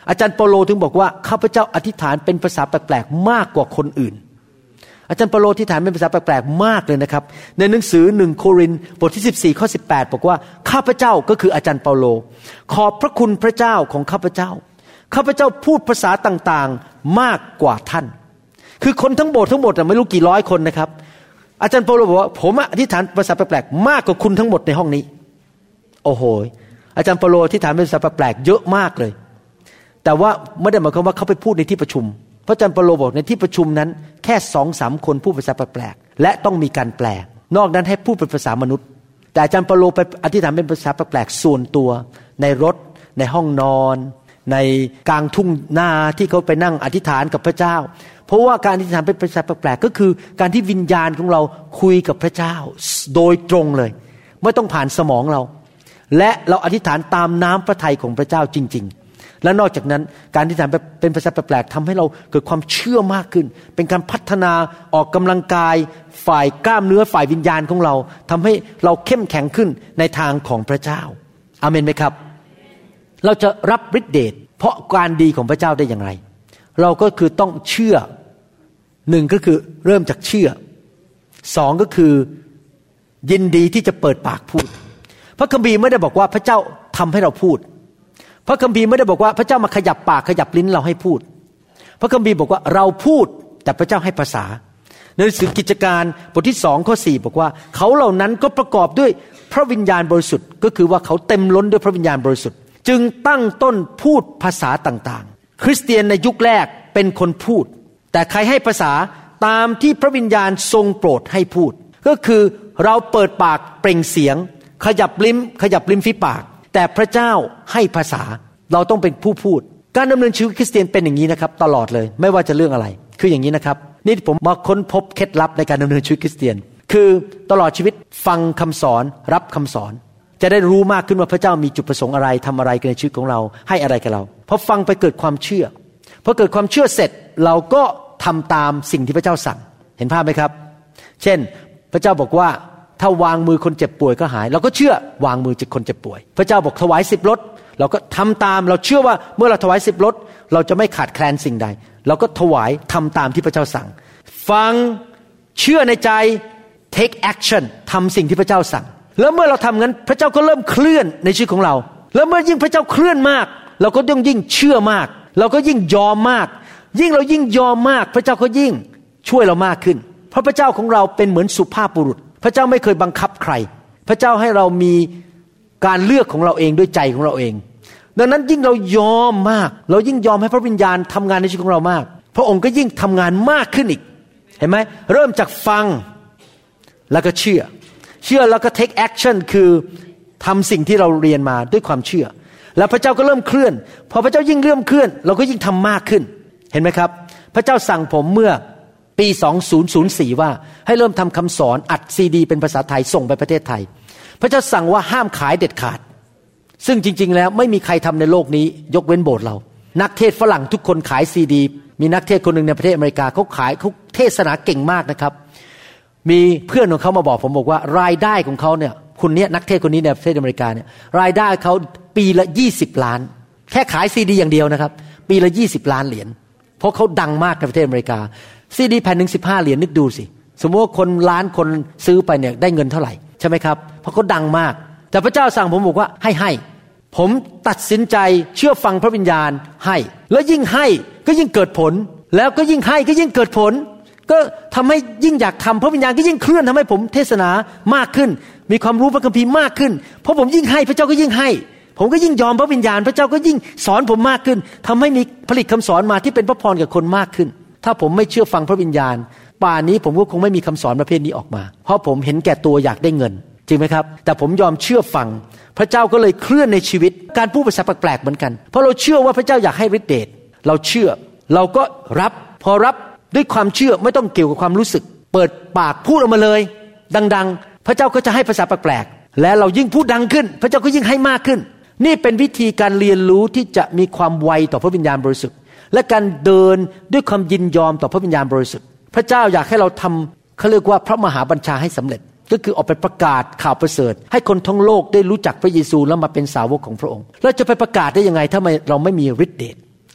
อาจารย์เปาโลถึงบอกว่าข้าพเจ้าอธิษฐานเป็นภาษาแปลกๆมากกว่าคนอื่นอาจารย์เปาโลอธิษฐานเป็นภาษาแปลกๆมากเลยนะครับในหนังสือ1โครินธ์บทที่14ข้อ18บอกว่าข้าพเจ้าก็คืออาจารย์เปาโลขอบพระคุณพระเจ้าของข้าพเจ้าข้าพเจ้าพูดภาษาต่างๆมากกว่าท่านคือคนทั้งโบสถ์ทั้งหมดไม่รู้กี่ร้อยคนนะครับอาจารย์เปาโลบอกว่าผมอธิษฐานภาษาแปลกๆมากกว่าคุณทั้งหมดในห้องนี้โอ้โหอาจารย์เปาโลอธิษฐานเป็นภาษาแปลกๆเยอะมากเลยแต่ว่าไม่ได้หมายความว่าเขาไปพูดในที่ประชุมเพราะอาจารย์เปาโลบอกในที่ประชุมนั้นแค่ 2-3 คนพูดภาษาแปลกๆและต้องมีการแปลนอกนั้นให้พูดเป็นภาษามนุษย์แต่อาจารย์เปาโลไปอธิษฐานเป็นภาษาแปลกๆส่วนตัวในรถในห้องนอนในกลางทุ่งนาที่เขาไปนั่งอธิษฐานกับพระเจ้าเพราะว่าการอธิษฐานเป็นภาษาแปลกๆก็คือการที่วิญญาณของเราคุยกับพระเจ้าโดยตรงเลยไม่ต้องผ่านสมองเราและเราอธิษฐานตามน้ำพระทัยของพระเจ้าจริงๆและนอกจากนั้นการอธิษฐานเป็นภาษาแปลกๆทำให้เราเกิดความเชื่อมากขึ้นเป็นการพัฒนาออกกำลังกายฝ่ายกล้ามเนื้อฝ่ายวิญญาณของเราทำให้เราเข้มแข็งขึ้นในทางของพระเจ้าอาเมนไหมครับเราจะรับฤทธิเดชเพราะการดีของพระเจ้าได้อย่างไรเราก็คือต้องเชื่อหนึ่งก็คือเริ่มจากเชื่อสองก็คือยินดีที่จะเปิดปากพูดพระคัมภีร์ไม่ได้บอกว่าพระเจ้าทำให้เราพูดพระคัมภีร์ไม่ได้บอกว่าพระเจ้ามาขยับปากขยับลิ้นเราให้พูดพระคัมภีร์บอกว่าเราพูดแต่พระเจ้าให้ภาษาในหนังสือกิจการบทที่2ข้อ4บอกว่าเขาเหล่านั้นก็ประกอบด้วยพระวิญญาณบริสุทธิ์ก็คือว่าเขาเต็มล้นด้วยพระวิญญาณบริสุทธิ์จึงตั้งต้นพูดภาษาต่างๆคริสเตียนในยุคแรกเป็นคนพูดแต่ใครให้ภาษาตามที่พระวิญญาณทรงโปรดให้พูดก็คือเราเปิดปากเปล่งเสียงขยับลิ้มฝีปากแต่พระเจ้าให้ภาษาเราต้องเป็นผู้พูดการดำเนินชีวิตคริสเตียนเป็นอย่างนี้นะครับตลอดเลยไม่ว่าจะเรื่องอะไรคืออย่างนี้นะครับนี่ผมมาค้นพบเคล็ดลับในการดำเนินชีวิตคริสเตียนคือตลอดชีวิตฟังคำสอนรับคำสอนจะได้รู้มากขึ้นว่าพระเจ้ามีจุดประสงค์อะไรทำอะไรในชีวิตของเราให้อะไรกับเราพอฟังไปเกิดความเชื่อพอเกิดความเชื่อเสร็จเราก็ทำตามสิ่งที่พระเจ้าสั่งเห็นภาพไหมครับเช่นพระเจ้าบอกว่าถ้าวางมือคนเจ็บป่วยก็หายเราก็เชื่อวางมือคนเจ็บป่วยพระเจ้าบอกถวาย10 รถเราก็ทำตามเราเชื่อว่าเมื่อเราถวาย10 รถเราจะไม่ขาดแคลนสิ่งใดเราก็ถวายทำตามที่พระเจ้าสั่งฟังเชื่อในใจ take action ทำสิ่งที่พระเจ้าสั่งแล้วเมื่อเราทำงั้นพระเจ้าก็เริ่มเคลื่อนในชีวิตของเราแล้วเมื่อยิ่งพระเจ้าเคลื่อนมากเราก็ต้องยิ่งเชื่อมากเราก็ยิ่งยอมมากยิ่งเรายิ่งยอมมากพระเจ้าก็ยิ่งช่วยเรามากขึ้นเพราะพระเจ้าของเราเป็นเหมือนสุภาพบุรุษพระเจ้าไม่เคยบังคับใครพระเจ้าให้เรามีการเลือกของเราเองด้วยใจของเราเองดังนั้นยิ่งเรายอมมากเรายิ่งยอมให้พระวิญญาณทำงานในชีวิตของเรามากพระองค์ก็ยิ่งทำงานมากขึ้นอีกเห็นไหมเริ่มจากฟังแล้วก็เชื่อแล้วก็ take action คือทำสิ่งที่เราเรียนมาด้วยความเชื่อแล้วพระเจ้าก็เริ่มเคลื่อนพอพระเจ้ายิ่งเริ่มเคลื่อนเราก็ยิ่งทำมากขึ้นเห็นไหมครับพระเจ้าสั่งผมเมื่อปี2004ว่าให้เริ่มทำคำสอนอัดซีดีเป็นภาษาไทยส่งไปประเทศไทยพระเจ้าสั่งว่าห้ามขายเด็ดขาดซึ่งจริงๆแล้วไม่มีใครทำในโลกนี้ยกเว้นโบสถ์เรานักเทศฝรั่งทุกคนขายซีดีมีนักเทศคนหนึ่งในประเทศอเมริกาเขาเทศนาเก่งมากนะครับมีเพื่อนของเขามาบอกผมบอกว่ารายได้ของเขาเนี่ยคนนี้นักเทศคนนี้ในประเทศอเมริกาเนี่ยรายได้เขาปีละ20 ล้านแค่ขายซีดีอย่างเดียวนะครับปีละ20 ล้านเหรียญเพราะเขาดังมากในประเทศอเมริกาซีดีแผ่นนึง15 เหรียญนึกดูสิสมมติว่าคนล้านคนซื้อไปเนี่ยได้เงินเท่าไหร่ใช่ไหมครับเพราะเขาดังมากแต่พระเจ้าสั่งผมบอกว่าให้ผมตัดสินใจเชื่อฟังพระวิญญาณให้แล้วยิ่งให้ก็ยิ่งเกิดผลแล้วก็ยิ่งให้ก็ยิ่งเกิดผลก็ทำให้ยิ่งอยากทำพระวิญญาณก็ยิ่งเคลื่อนทำให้ผมเทศนามากขึ้นมีความรู้พระคัมภีร์มากขึ้นเพราะผมยิ่งให้พระเจ้าก็ยิ่งให้ผมก็ยิ่งยอมพระวิญญาณพระเจ้าก็ยิ่งสอนผมมากขึ้นทำให้มีผลิตคำสอนมาที่เป็นพระพรกับคนมากขึ้นถ้าผมไม่เชื่อฟังพระวิญญาณป่านนี้ผมก็คงไม่มีคำสอนประเภทนี้ออกมาเพราะผมเห็นแก่ตัวอยากได้เงินจริงไหมครับแต่ผมยอมเชื่อฟังพระเจ้าก็เลยเคลื่อนในชีวิตการพูดภาษาแปลกๆเหมือนกันเพราะเราเชื่อว่าพระเจ้าอยากให้ฤทธิ์เดชเราเชื่อเราก็รับพอรับด้วยความเชื่อไม่ต้องเกี่ยวกับความรู้สึกเปิดปากพูดออกมาเลยดังๆพระเจ้าก็จะให้ภาษาแปลกๆและเรายิ่งพูดดังขึ้นพระเจ้าก็ยิ่งให้มากขึ้นนี่เป็นวิธีการเรียนรู้ที่จะมีความไวต่อพระวิญญาณบริสุทธิ์และการเดินด้วยความยินยอมต่อพระวิญญาณบริสุทธิ์พระเจ้าอยากให้เราทำเขาเรียกว่าพระมหาบัญชาให้สำเร็จก็คือออกไปประกาศข่าวประเสริฐให้คนทั้งโลกได้รู้จักพระเยซูแล้วมาเป็นสาวกของพระองค์เราจะไปประกาศได้ยังไงถ้าเราไม่มีฤทธิ์เดช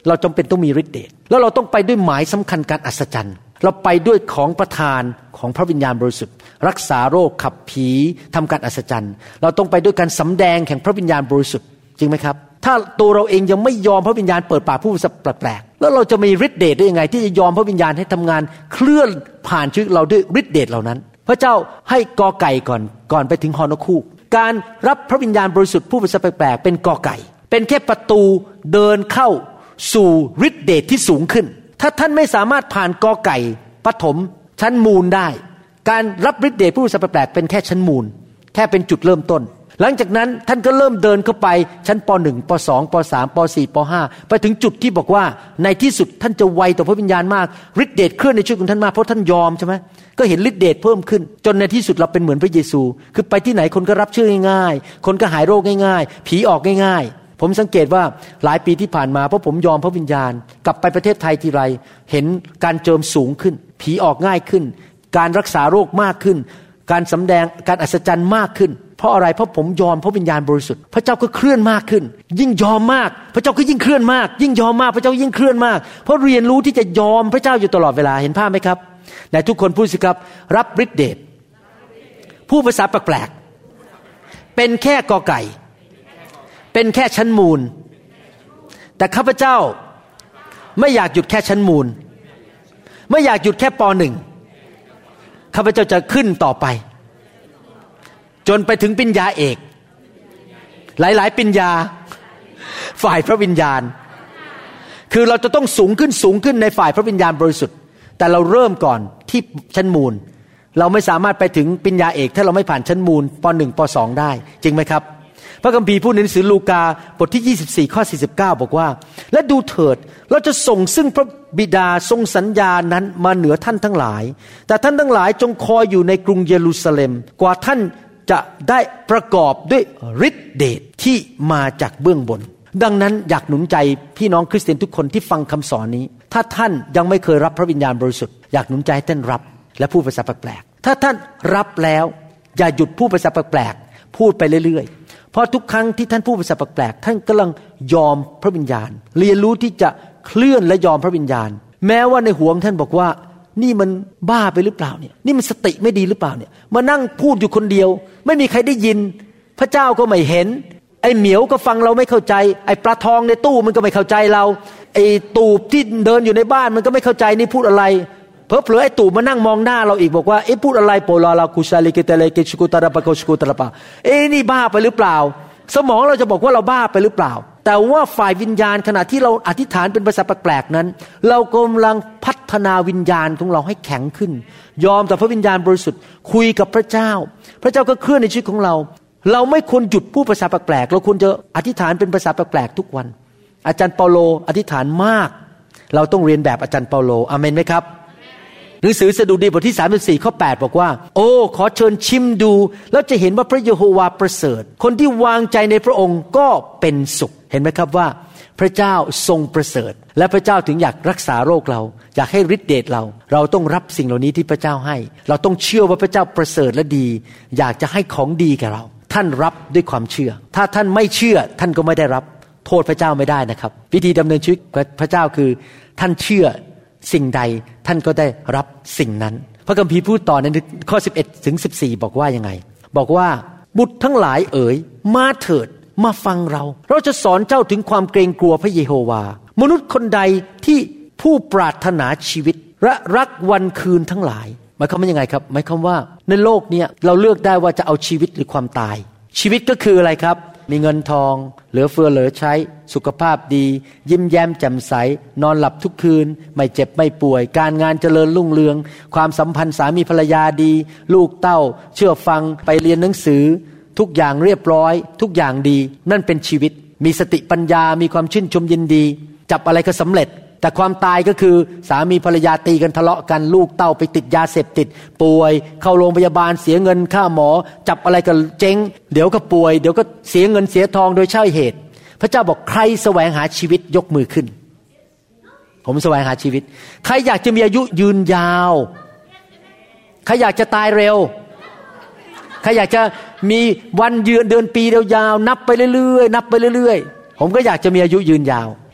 เราจำเป็นต้องมีฤทธิ์เดชแล้วเราต้องไปด้วยหมายสำคัญการอัศจรรย์เราไปด้วยของประทานของพระวิญญาณบริสุทธิ์รักษาโรคขับผีทำการอัศจรรย์เราต้องไปด้วยการสำแดงแห่งพระวิญญาณบริสุทธิ์จริงไหมครับถ้าตัวเราเองยังไม่ยอมพระวิญญาณเปิดปากพูดแปลกๆแล้วเราจะมีฤทธิ์เดชได้ยังไงที่จะยอมพระวิญญาณให้ทำงานเคลื่อนผ่านชีวิตเราด้วยฤทธิ์เดชเหล่านั้นพระเจ้าให้กอไก่ก่อนไปถึงฮอนคูกการรับพระวิญญาณบริสุทธิ์ผู้ภาษาแปลกๆเป็นกอไก่เป็นแค่ประตูเดินเข้าสู่ฤทธิ์เดชที่สูงขึ้นถ้าท่านไม่สามารถผ่านกอไก่ปฐมชั้นมูลได้การรับฤทธิ์เดชผู้ภาษาแปลกๆเป็นแค่ชั้นมูลแค่เป็นจุดเริ่มต้นหลังจากนั้นท่านก็เริ่มเดินเข้าไปชั้นป.1 ป.2 ป.3 ป.4 ป.5 ไปถึงจุดที่บอกว่าในที่สุดท่านจะไวต่อพระวิญญาณมากฤทธิ์เดชเคลื่อนในชีวิตของท่านมากเพราะท่านยอมใช่ไหมก็เห็นฤทธิ์เดชเพิ่มขึ้นจนในที่สุดเราเป็นเหมือนพระเยซูคือไปที่ไหนคนก็รับเชื่อง่ายๆคนก็หายโรคง่ายๆผีออกง่ายๆผมสังเกตว่าหลายปีที่ผ่านมาเพราะผมยอมพระวิญญาณกลับไปประเทศไทยทีไรเห็นการเจิมสูงขึ้นผีออกง่ายขึ้นการรักษาโรคมากขึ้นการสำแดงการอัศจรรย์มากขึ้นเพราะอะไรเพราะผมยอมพระวิญญาณบริสุทธิ์พระเจ้าก็เคลื่อนมากขึ้นยิ่งยอมมากพระเจ้าก็ยิ่งเคลื่อนมากยิ่งยอมมากพระเจ้ายิ่งเคลื่อนมากเพราะเรียนรู้ที่จะยอมพระเจ้าอยู่ตลอดเวลาเห็นภาพไหมครับไหนทุกคนพูดสิครับรับฤทธิ์เดชผู้ภาษาแปลกๆเป็นแค่กอไก่เป็นแค่ชั้นมูลแต่ข้าพเจ้าไม่อยากหยุดแค่ชั้นมูลไม่อยากหยุดแค่ป.1 ข้าพเจ้าจะขึ้นต่อไปจนไปถึงปริญญาเอกหลายๆปริญญาฝ่ายพระวิญญาณคือเราจะต้องสูงขึ้นในฝ่ายพระวิญญาณบริสุทธิ์แต่เราเริ่มก่อนที่ชั้นมูลเราไม่สามารถไปถึงปริญญาเอกถ้าเราไม่ผ่านชั้นมูลป.1 ป.2 ได้จริงไหมครับพระคัมภีร์พูดในหนังสือลูกาบทที่24ข้อ49บอกว่าและดูเถิดเราจะส่งซึ่งพระบิดาทรงสัญญานั้นมาเหนือท่านทั้งหลายแต่ท่านทั้งหลายจงคอยอยู่ในกรุงเยรูซาเล็มกว่าท่านจะได้ประกอบด้วยฤทธิเดชที่มาจากเบื้องบนดังนั้นอยากหนุนใจพี่น้องคริสเตียนทุกคนที่ฟังคำสอนนี้ถ้าท่านยังไม่เคยรับพระวิญญาณบริสุทธิ์อยากหนุนใจให้ท่านรับและพูดภาษาแปลกๆถ้าท่านรับแล้วอย่าหยุดพูดภาษาแปลกๆพูดไปเรื่อยๆเพราะทุกครั้งที่ท่านพูดภาษาแปลกๆท่านกำลังยอมพระวิญญาณเรียนรู้ที่จะเคลื่อนและยอมพระวิญญาณแม้ว่าในหัวของท่านบอกว่านี่มันบ้าไปหรือเปล่าเนี่ยนี่มันสติไม่ดีหรือเปล่าเนี่ยมานั่งพูดอยู่คนเดียวไม่มีใครได้ยินพระเจ้าก็ไม่เห็นไอ้เหมียวก็ฟังเราไม่เข้าใจไอ้ปลาทองในตู้มันก็ไม่เข้าใจเราไอ้ตูบที่เดินอยู่ในบ้านมันก็ไม่เข้าใจนี่พูดอะไรเผลอๆไอ้ตูบมานั่งมองหน้าเราอีกบอกว่าพูดอะไรโปลาลากุชาลิกิเตเลกิชกุตาราปะโกชกุตาราปะนี่บ้าไปหรือเปล่าสมองเราจะบอกว่าเราบ้าไปหรือเปล่าแต่ว่าฝ่ายวิญญาณขณะที่เราอธิษฐานเป็นภาษาแปลกๆนั้นเรากำลังพัฒนาวิญญาณของเราให้แข็งขึ้นยอมต่อพระวิญญาณบริสุทธิ์คุยกับพระเจ้าพระเจ้าก็เคลื่อนในชีวิตของเราเราไม่ควรหยุดพูดภาษาแปลกๆเราควรจะอธิษฐานเป็นภาษาแปลกๆทุกวันอาจารย์เปาโลอธิษฐานมากเราต้องเรียนแบบอาจารย์เปาโลอาเมนไหมครับหนังสือสดุดีบทที่34ข้อ8บอกว่าโอ้ขอเชิญชิมดูแล้วจะเห็นว่าพระเยโฮวาประเสริฐคนที่วางใจในพระองค์ก็เป็นสุขเห็นไหมครับว่าพระเจ้าทรงประเสริฐและพระเจ้าถึงอยากรักษาโรคเราอยากให้ฤทธิ์เดชเราต้องรับสิ่งเหล่านี้ที่พระเจ้าให้เราต้องเชื่อว่าพระเจ้าประเสริฐและดีอยากจะให้ของดีแก่เราท่านรับด้วยความเชื่อถ้าท่านไม่เชื่อท่านก็ไม่ได้รับโทษพระเจ้าไม่ได้นะครับวิธีดำเนินชีวิตพระเจ้าคือท่านเชื่อสิ่งใดท่านก็ได้รับสิ่งนั้นพระคัมภีร์พูดต่อในข้อ11ถึง14บอกว่ายังไงบอกว่าบุตรทั้งหลายเอ๋ยมาเถิดมาฟังเราจะสอนเจ้าถึงความเกรงกลัวพระเยโฮวามนุษย์คนใดที่ผู้ปรารถนาชีวิตและรักวันคืนทั้งหลายหมายความว่ายังไงครับหมายความว่าในโลกนี้เราเลือกได้ว่าจะเอาชีวิตหรือความตายชีวิตก็คืออะไรครับมีเงินทองเหลือเฟือเหลือใช้สุขภาพดียิ้มแย้มแจ่มใสนอนหลับทุกคืนไม่เจ็บไม่ป่วยการงานเจริญรุ่งเรืองความสัมพันธ์สามีภรรยาดีลูกเต้าเชื่อฟังไปเรียนหนังสือทุกอย่างเรียบร้อยทุกอย่างดีนั่นเป็นชีวิตมีสติปัญญามีความชื่นชมยินดีจับอะไรก็สำเร็จแต่ความตายก็คือสามีภรรยาตีกันทะเลาะกันลูกเต้าไปติดยาเสพติดป่วยเข้าโรงพยาบาลเสียเงินค่าหมอจับอะไรก็เจ๊งเดี๋ยวก็ป่วยเดี๋ยวก็เสียเงินเสียทองโดยใช่เหตุพระเจ้าบอกใครแสวงหาชีวิตยกมือขึ้นผมแสวงหาชีวิตใครอยากจะมีอายุยืนยาวใครอยากจะตายเร็วใครอยากจะมีวันเดือนปียาวๆนับไปเรื่อยๆนับไปเรื่อยๆผมก็อยากจะมีอายุยืนยาว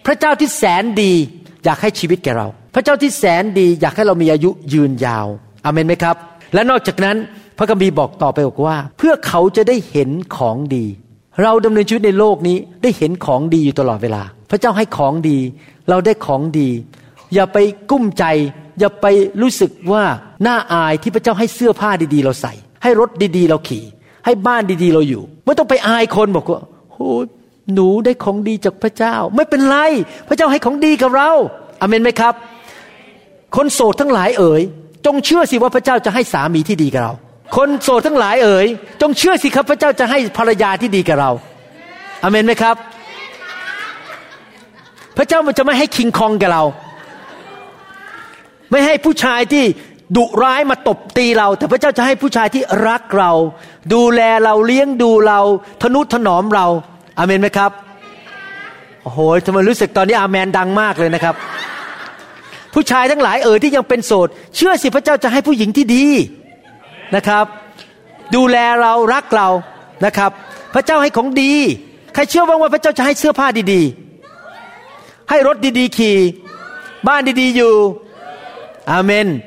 พระเจ้าที่แสนดีอยากให้ชีวิตแก่เราพระเจ้าที่แสนดีอยากให้เรามีอายุยืนยาวอาเมนไหมครับและนอกจากนั้นพระคัมภีร์บอกต่อไปบอกว่าเพื่อเขาจะได้เห็นของดีเราดำเนินชีวิตในโลกนี้ได้เห็นของดีอยู่ตลอดเวลาพระเจ้าให้ของดีเราได้ของดีอย่าไปกุ้มใจอย่าไปรู้สึกว่าน่าอายที่พระเจ้าให้เสื้อผ้าดีๆเราใส่ให้รถดีๆเราขี่ให้บ้านดีๆเราอยู่ไม่ต้องไปอายคนบอกว่าโอ้หนูได้ของดีจากพระเจ้าไม่เป็นไรพระเจ้าให้ของดีกับเราอาเมนไหมครับคนโสดทั้งหลายเอ๋ยจงเชื่อสิว่าพระเจ้าจะให้สามีที่ดีกับเราคนโสดทั้งหลายเอ๋ยจงเชื่อสิครับพระเจ้าจะให้ภรรยาที่ดีกับเราอาเมนไหมครับพระเจ้ามันจะไม่ให้คิงคองกับเราไม่ให้ผู้ชายที่ดุร้ายมาตบตีเราแต่พระเจ้าจะให้ผู้ชายที่รักเราดูแลเราเลี้ยงดูเราทนุถนอมเราอาเมนไหมครับโอ้โหทำไมรู้สึกตอนนี้อาเมนดังมากเลยนะครับผู้ชายทั้งหลายที่ยังเป็นโสดเชื่อสิพระเจ้าจะให้ผู้หญิงที่ดีนะครับดูแลเรารักเรานะครับพระเจ้าให้ของดีใครเชื่อบ้างว่าพระเจ้าจะให้เสื้อผ้าดีๆให้รถดีๆขี่บ้านดีๆอยู่อาเมน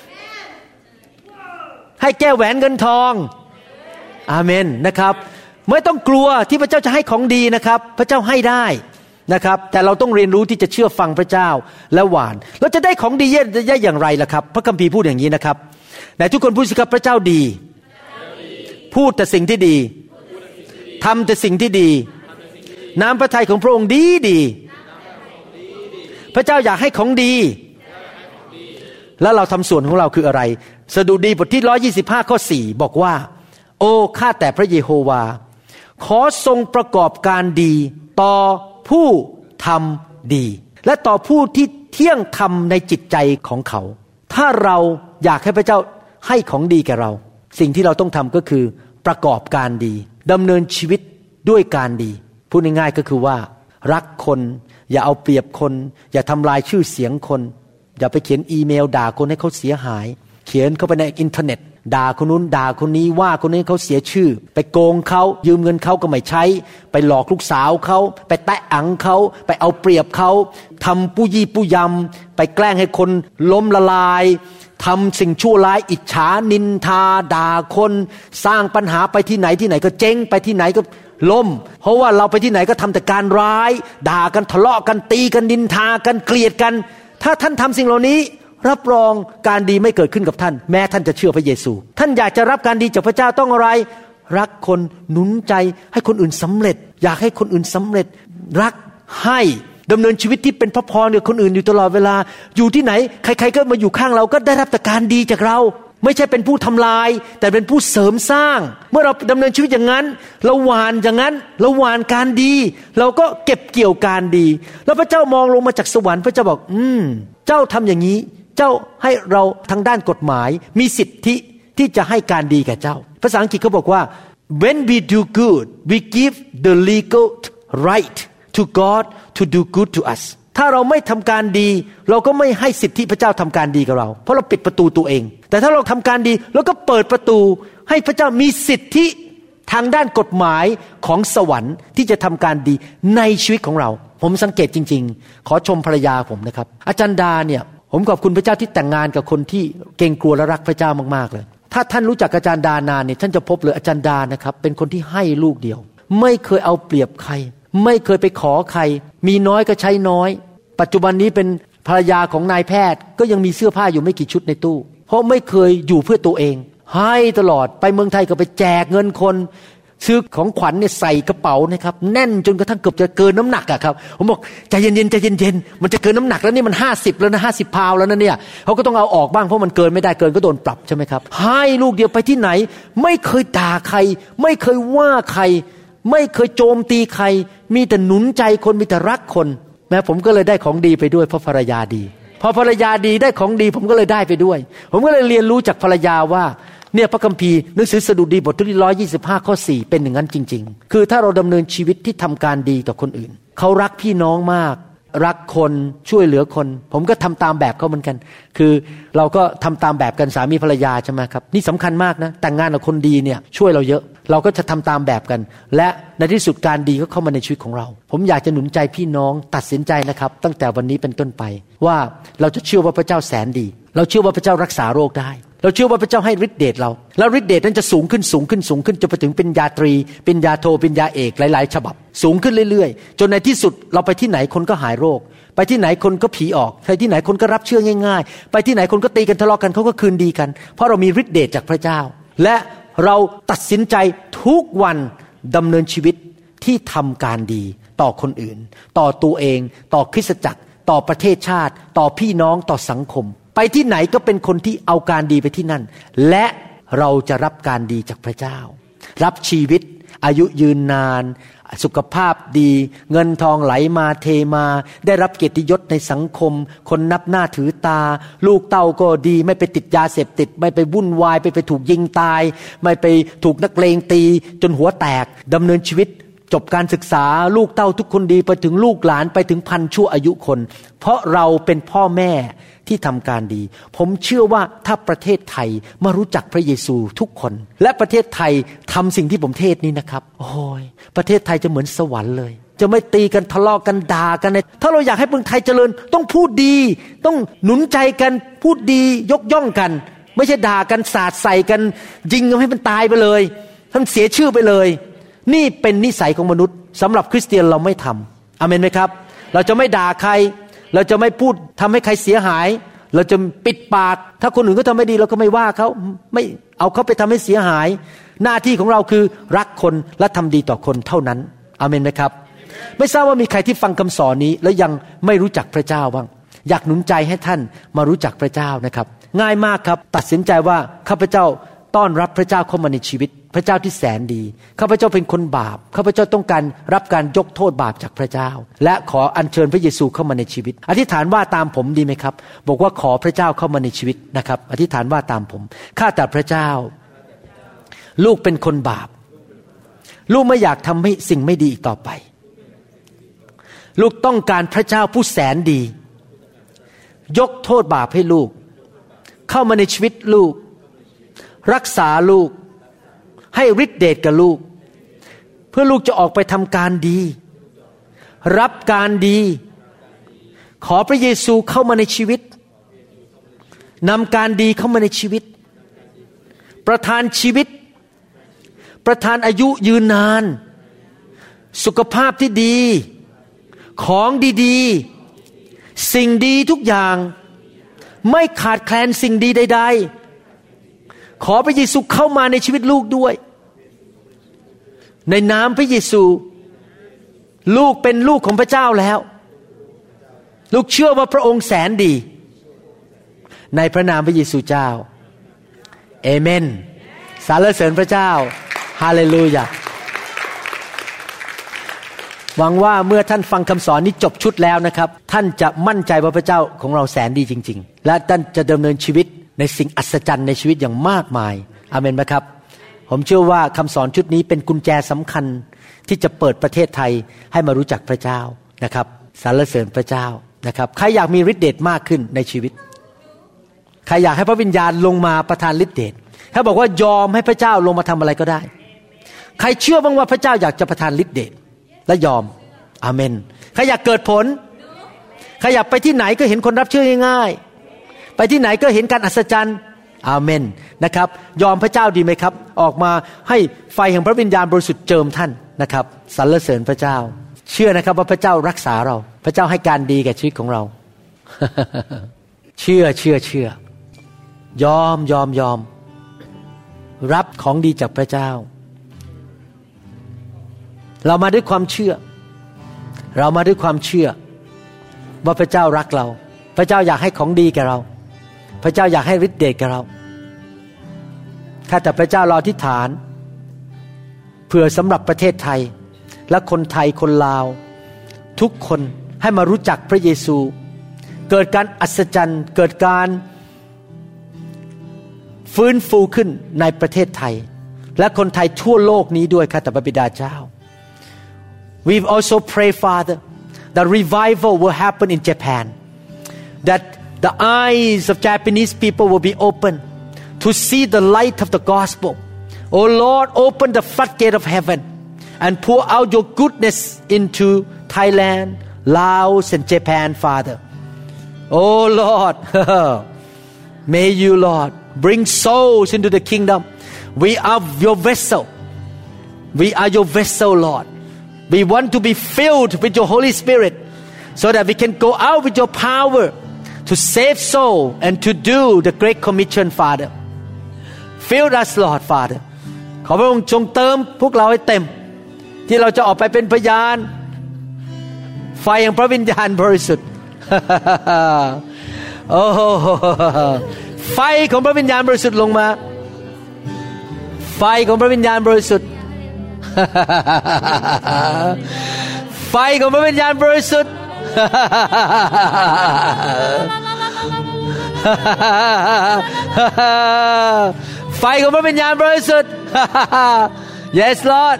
ให้แก้วแหวนเงินทองอาเมนนะครับไม่ต้องกลัวที่พระเจ้าจะให้ของดีนะครับพระเจ้าให้ได้นะครับแต่เราต้องเรียนรู้ที่จะเชื่อฟังพระเจ้าและหวานเราจะได้ของดีได้อย่างไรล่ะครับพระคัมภีร์พูดอย่างนี้นะครับไหนทุกคนพูดสิครับพระเจ้าดีพูดแต่สิ่งที่ดีทำแต่สิ่งที่ดีน้ำพระทัยของพระองค์ดีพระเจ้าอยากให้ของดีแล้วเราทำส่วนของเราคืออะไรสดุดีบทที่125ข้อ4บอกว่าโอ้ข้าแต่พระเยโฮวาขอทรงประกอบการดีต่อผู้ทำดีและต่อผู้ที่เที่ยงธรรมในจิตใจของเขาถ้าเราอยากให้พระเจ้าให้ของดีแก่เราสิ่งที่เราต้องทำก็คือประกอบการดีดำเนินชีวิตด้วยการดีพูดง่ายๆก็คือว่ารักคนอย่าเอาเปรียบคนอย่าทำลายชื่อเสียงคนอย่าไปเขียนอีเมลด่าคนให้เขาเสียหายเขียนเข้าไปในอินเทอร์เน็ตด่าคนนู้นด่าคนนี้ว่าคนนี้เขาเสียชื่อไปโกงเขายืมเงินเขาก็ไม่ใช้ไปหลอกลูกสาวเขาไปแตะอังเขาไปเอาเปรียบเขาทำปู้ยี่ปู้ยำไปแกล้งให้คนล้มละลายทำสิ่งชั่วร้ายอิจฉานินทาด่าคนสร้างปัญหาไปที่ไหนก็เจ๊งไปที่ไหนก็ล้มเพราะว่าเราไปที่ไหนก็ทำแต่การร้ายด่ากันทะเลาะกันตีกันนินทากันเกลียดกันถ้าท่านทำสิ่งเหล่านี้รับรองการดีไม่เกิดขึ้นกับท่านแม้ท่านจะเชื่อพระเยซูท่านอยากจะรับการดีจากพระเจ้าต้องอะไรรักคนหนุนใจให้คนอื่นสำเร็จอยากให้คนอื่นสำเร็จรักให้ดำเนินชีวิตที่เป็นพระพรกับคนอื่นอยู่ตลอดเวลาอยู่ที่ไหนใครๆก็มาอยู่ข้างเราก็ได้รับแต่การดีจากเราไม่ใช่เป็นผู้ทำลายแต่เป็นผู้เสริมสร้างเมื่อเราดำเนินชีวิตอย่างนั้นเราหวานอย่างนั้นเราหวานการดีเราก็เก็บเกี่ยวการดีแล้วพระเจ้ามองลงมาจากสวรรค์พระเจ้าบอกเจ้าทำอย่างนี้เจ้าให้เราทางด้านกฎหมายมีสิทธิที่จะให้การดีแก่เจ้าภาษาอังกฤษเขาบอกว่า when we do good we give the legal right to God to do good to us ถ้าเราไม่ทำการดีเราก็ไม่ให้สิทธิพระเจ้าทำการดีกับเราเพราะเราปิดประตูตัวเองแต่ถ้าเราทำการดีเราก็เปิดประตูให้พระเจ้ามีสิทธิทางด้านกฎหมายของสวรรค์ที่จะทำการดีในชีวิตของเราผมสังเกตจริงๆขอชมภรรยาผมนะครับอาจารย์ดาเนี่ยผมขอบคุณพระเจ้าที่แต่งงานกับคนที่เกรงกลัวและรักพระเจ้ามากๆเลยถ้าท่านรู้จักอาจารย์ดานานเนี่ยท่านจะพบเลยอาจารย์ดานะครับเป็นคนที่ให้ลูกเดียวไม่เคยเอาเปรียบใครไม่เคยไปขอใครมีน้อยก็ใช้น้อยปัจจุบันนี้เป็นภรรยาของนายแพทย์ก็ยังมีเสื้อผ้าอยู่ไม่กี่ชุดในตู้เพราะไม่เคยอยู่เพื่อตัวเองให้ตลอดไปเมืองไทยก็ไปแจกเงินคนซื้อของขวัญเนี่ยใส่กระเป๋านะครับแน่นจนกระทั่งเกือบจะเกินน้ำหนักอะครับผมบอกใจเย็นๆใจเย็นๆมันจะเกินน้ำหนักแล้วนี่มัน50แล้วนะ50 พาวแล้วนะเนี่ยเขาก็ต้องเอาออกบ้างเพราะมันเกินไม่ได้เกินก็โดนปรับใช่ไหมครับให้ลูกเดียวไปที่ไหนไม่เคยด่าใครไม่เคยว่าใครไม่เคยโจมตีใครมีแต่หนุนใจคนมีแต่รักคนแม้ผมก็เลยได้ของดีไปด้วยเพราะภรรยาดีพอภรรยาดีได้ของดีผมก็เลยได้ไปด้วยผมก็เลยเรียนรู้จากภรรยาว่าเนี่ยพระคัมภีร์หนังสือสดุดีบทที่125ข้อ4เป็นอย่างนั้นจริงๆคือถ้าเราดำเนินชีวิตที่ทำการดีต่อคนอื่นเขารักพี่น้องมากรักคนช่วยเหลือคนผมก็ทำตามแบบเขาเหมือนกันคือเราก็ทำตามแบบกันสามีภรรยาใช่ไหมครับนี่สำคัญมากนะแต่งงานกับคนดีเนี่ยช่วยเราเยอะเราก็จะทำตามแบบกันและในที่สุดการดีก็เข้ามาในชีวิตของเราผมอยากจะหนุนใจพี่น้องตัดสินใจนะครับตั้งแต่วันนี้เป็นต้นไปว่าเราจะเชื่อว่าพระเจ้าแสนดีเราเชื่อว่าพระเจ้ารักษาโรคได้เราเชื่อว่าพระเจ้าให้ฤทธิ์เดชเราแล้วฤทธิ์เดชนั้นจะสูงขึ้นสูงขึ้นสูงขึ้นจนไปถึงเป็นยาตรีเป็นยาโทเป็นยาเอกหลายๆฉบับสูงขึ้นเรื่อยๆจนในที่สุดเราไปที่ไหนคนก็หายโรคไปที่ไหนคนก็ผีออกไปที่ไหนคนก็รับเชื่อง่ายๆไปที่ไหนคนก็ตีกันทะเลาะกันเขาก็คืนดีกันเพราะเรามีฤทธิ์เดชจากพระเจ้าและเราตัดสินใจทุกวันดำเนินชีวิตที่ทำการดีต่อคนอื่นต่อตัวเองต่อคริสตจักรต่อประเทศชาติต่อพี่น้องต่อสังคมไปที่ไหนก็เป็นคนที่เอาการดีไปที่นั่นและเราจะรับการดีจากพระเจ้ารับชีวิตอายุยืนนานสุขภาพดีเงินทองไหลมาเทมาได้รับเกียรติยศในสังคมคนนับหน้าถือตาลูกเต้าก็ดีไม่ไปติดยาเสพติดไม่ไปวุ่นวายไปถูกยิงตายไม่ไปถูกนักเลงตีจนหัวแตกดำเนินชีวิตจบการศึกษาลูกเต้าทุกคนดีไปถึงลูกหลานไปถึงพันชั่วอายุคนเพราะเราเป็นพ่อแม่ที่ทำการดีผมเชื่อว่าถ้าประเทศไทยมารู้จักพระเยซูทุกคนและประเทศไทยทำสิ่งที่ผมเทศนี้นะครับโอ้ยประเทศไทยจะเหมือนสวรรค์เลยจะไม่ตีกันทะเลาะกันด่ากันถ้าเราอยากให้เมืองไทยเจริญต้องพูดดีต้องหนุนใจกันพูดดียกย่องกันไม่ใช่ด่ากันสาดใส่กันยิงให้มันตายไปเลยให้มันเสียชื่อไปเลยนี่เป็นนิสัยของมนุษย์สำหรับคริสเตียนเราไม่ทำอาเมนไหมครับเราจะไม่ด่าใครเราจะไม่พูดทำให้ใครเสียหายเราจะปิดปากถ้าคนอื่นก็ทำไม่ดีเราก็ไม่ว่าเขาไม่เอาเขาไปทำให้เสียหายหน้าที่ของเราคือรักคนและทำดีต่อคนเท่านั้นอาเมนไหมครับไม่ทราบว่ามีใครที่ฟังคำสอนนี้แล้วยังไม่รู้จักพระเจ้าบ้างอยากหนุนใจให้ท่านมารู้จักพระเจ้านะครับง่ายมากครับตัดสินใจว่าข้าพเจ้าต้อนรับพระเจ้าเข้ามาในชีวิตพระเจ้าที่แสนดีข้าพเจ้าเป็นคนบาปข้าพเจ้าต้องการรับการยกโทษบาปจากพระเจ้าและขออัญเชิญพระเยซูเข้ามาในชีวิตอธิษฐานว่าตามผมดีไหมครับบอกว่าขอพระเจ้าเข้ามาในชีวิตนะครับอธิษฐานว่าตามผมข้าแต่พระเจ้าลูกเป็นคนบาปลูกไม่อยากทำให้สิ่งไม่ดีอีกต่อไปลูกต้องการพระเจ้าผู้แสนดียกโทษบาปให้ลูกเข้ามาในชีวิตลูกรักษาลูกให้ฤทธิ์เดชกับลูกเพื่อลูกจะออกไปทำการดีรับการดีขอพระเยซูเข้ามาในชีวิตนำการดีเข้ามาในชีวิตประทานชีวิตประทานอายุยืนนานสุขภาพที่ดีของดีๆสิ่งดีทุกอย่างไม่ขาดแคลนสิ่งดีใดๆขอพระเยซูเข้ามาในชีวิตลูกด้วยในนามพระเยซูลูกเป็นลูกของพระเจ้าแล้วลูกเชื่อว่าพระองค์แสนดีในพระนามพระเยซูเจ้าเอเมนสรรเสริญพระเจ้าฮาเลลูยาหวังว่าเมื่อท่านฟังคำสอนนี้จบชุดแล้วนะครับท่านจะมั่นใจว่าพระเจ้าของเราแสนดีจริงๆและท่านจะดำเนินชีวิตในสิ่งอัศจรรย์ในชีวิตอย่างมากมายอาเมนไหมครับผมเชื่อว่าคำสอนชุดนี้เป็นกุญแจสำคัญที่จะเปิดประเทศไทยให้มารู้จักพระเจ้านะครับสรรเสริญพระเจ้านะครับใครอยากมีฤทธิ์เดชมากขึ้นในชีวิตใครอยากให้พระวิญญาณลงมาประทานฤทธิ์เดชถ้าบอกว่ายอมให้พระเจ้าลงมาทำอะไรก็ได้ใครเชื่อบ้างว่าพระเจ้าอยากจะประทานฤทธิ์เดชและยอมอาเมนใครอยากเกิดผลใครอยากไปที่ไหนก็เห็นคนรับเชื่อง่ายๆไปที่ไหนก็เห็นการอัศจรรย์อาเมนนะครับยอมพระเจ้าดีไหมครับออกมาให้ไฟแห่งพระวิญญาณบริสุทธิ์เจิมท่านนะครับสรรเสริญพระเจ้าเชื่อนะครับว่าพระเจ้ารักษาเราพระเจ้าให้การดีแก่ชีวิตของเรา เชื่อยอมรับของดีจากพระเจ้าเรามาด้วยความเชื่อว่าพระเจ้ารักเราพระเจ้าอยากให้ของดีแก่เราพระเจ้าอยากให้ฤทธิ์เดชแก่เราข้าแต่พระเจ้ารออธิษฐานเพื่อสำหรับประเทศไทยและคนไทยคนลาวทุกคนให้มารู้จักพระเยซูเกิดการอัศจรรย์เกิดการฟื้นฟูขึ้นในประเทศไทยและคนไทยทั่วโลกนี้ด้วยข้าแต่พระบิดาเจ้า We also pray Father the revival will happen in Japan. That the eyes of Japanese people will be open to see the light of the gospel. Oh Lord, open the floodgate of heaven and pour out your goodness into Thailand, Laos, and Japan, Father. Oh Lord, may you, Lord, bring souls into the kingdom. We are your vessel. We are your vessel, Lord. We want to be filled with your Holy Spirit so that we can go out with your power to save soul and to do the Great Commission, Father. Fill us, Lord, Father. ขอพระองค์ทรงเติมพวกเราให้เต็มที่เราจะออกไปเป็นพยานไฟแห่งพระวิญญาณบริสุทธิ์ โอ้ไฟของพระวิญญาณบริสุทธิ์ลงมาไฟของพระวิญญาณบริสุทธิ์ ไฟของพระวิญญาณบริสุทธิ์ ไฟของพระวิญญาณบริสุทธิ์ Yes Lord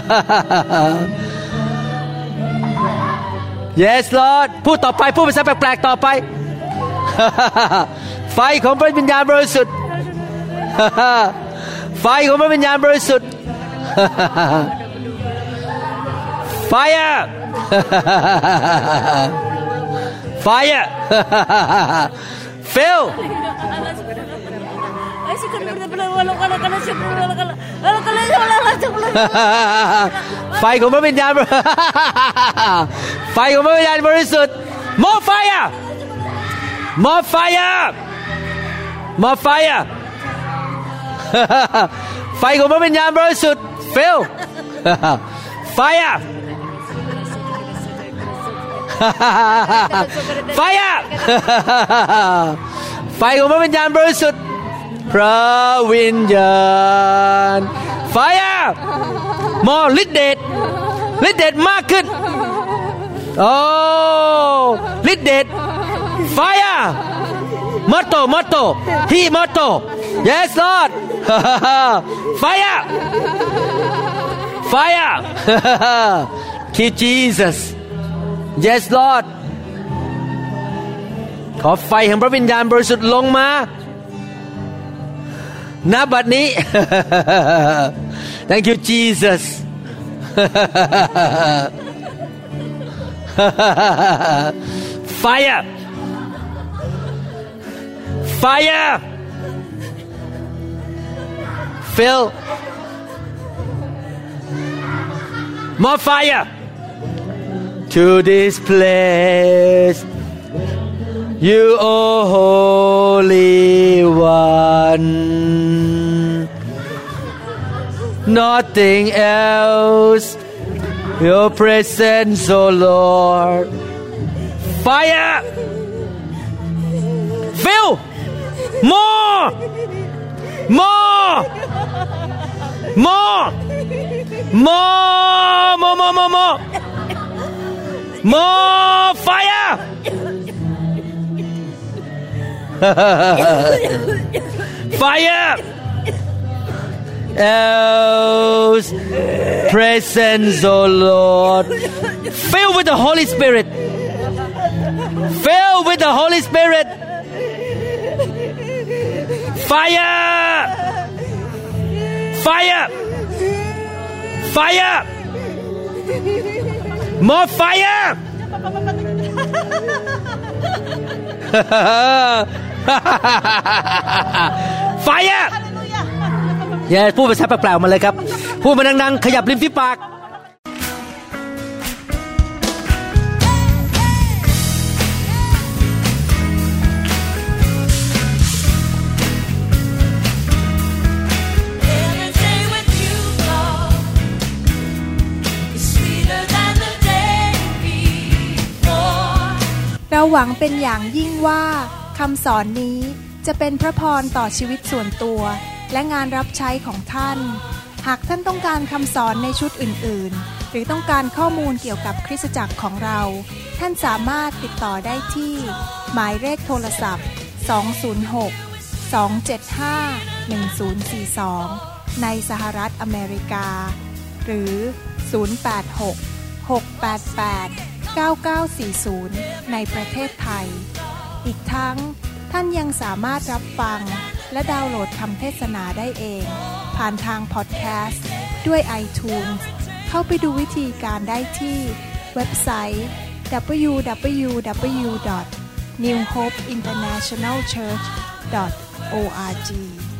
Yes Lord พูดต่อไปพูดภาษาแปลกๆต่อไป ไฟของพระวิญญาณบริสุทธิ์ ไฟของพระวิญญาณบริสุทธิ์ Fire Fire Fill ไฟของพระวิญญาณ ไฟของพระวิญญาณบริสุทธิ์ More fire More fire More fire ไฟของพระวิญญาณบริสุทธิ์ Fill Fire Fire ไฟของพระวิญญาณบริสุทธิ์พระวิญญาณ Fire More ฤทธิ์เดชฤทธิ์เดชมากขึ้นโอ้ฤทธิ์เดช Fire Motto He motto Yes Lord Fire Fire Keep Jesus Yes Lord ขอไฟแห่งพระวิญญาณบริสุทธิ์ลงมาณบัดนี้ Thank you Jesus Fire Fire Fill More fire To this place You Holy One Nothing else Your presence O Lord Fire Fill More More More More More More More More More fire Fire else presence O Lord Fill with the Holy Spirit Fill with the Holy Spirit Fire Fire Fire More fire Fire อย่าพูดภาษาแปลกๆมาเลยครับพูดมาดังๆขยับริมฝีปากเราหวังเป็นอย่างยิ่งว่าคำสอนนี้จะเป็นพระพรต่อชีวิตส่วนตัวและงานรับใช้ของท่านหากท่านต้องการคำสอนในชุดอื่นๆหรือต้องการข้อมูลเกี่ยวกับคริสตจักรของเราท่านสามารถติดต่อได้ที่หมายเลขโทรศัพท์206-275-1042ในสหรัฐอเมริกาหรือ086-688-3788 9940 ในประเทศไทยอีกทั้งท่านยังสามารถรับฟังและดาวน์โหลดคำเทศนาได้เองผ่านทางพอดแคสต์ด้วย iTunes เข้าไปดูวิธีการได้ที่เว็บไซต์ www.newhopeinternationalchurch.org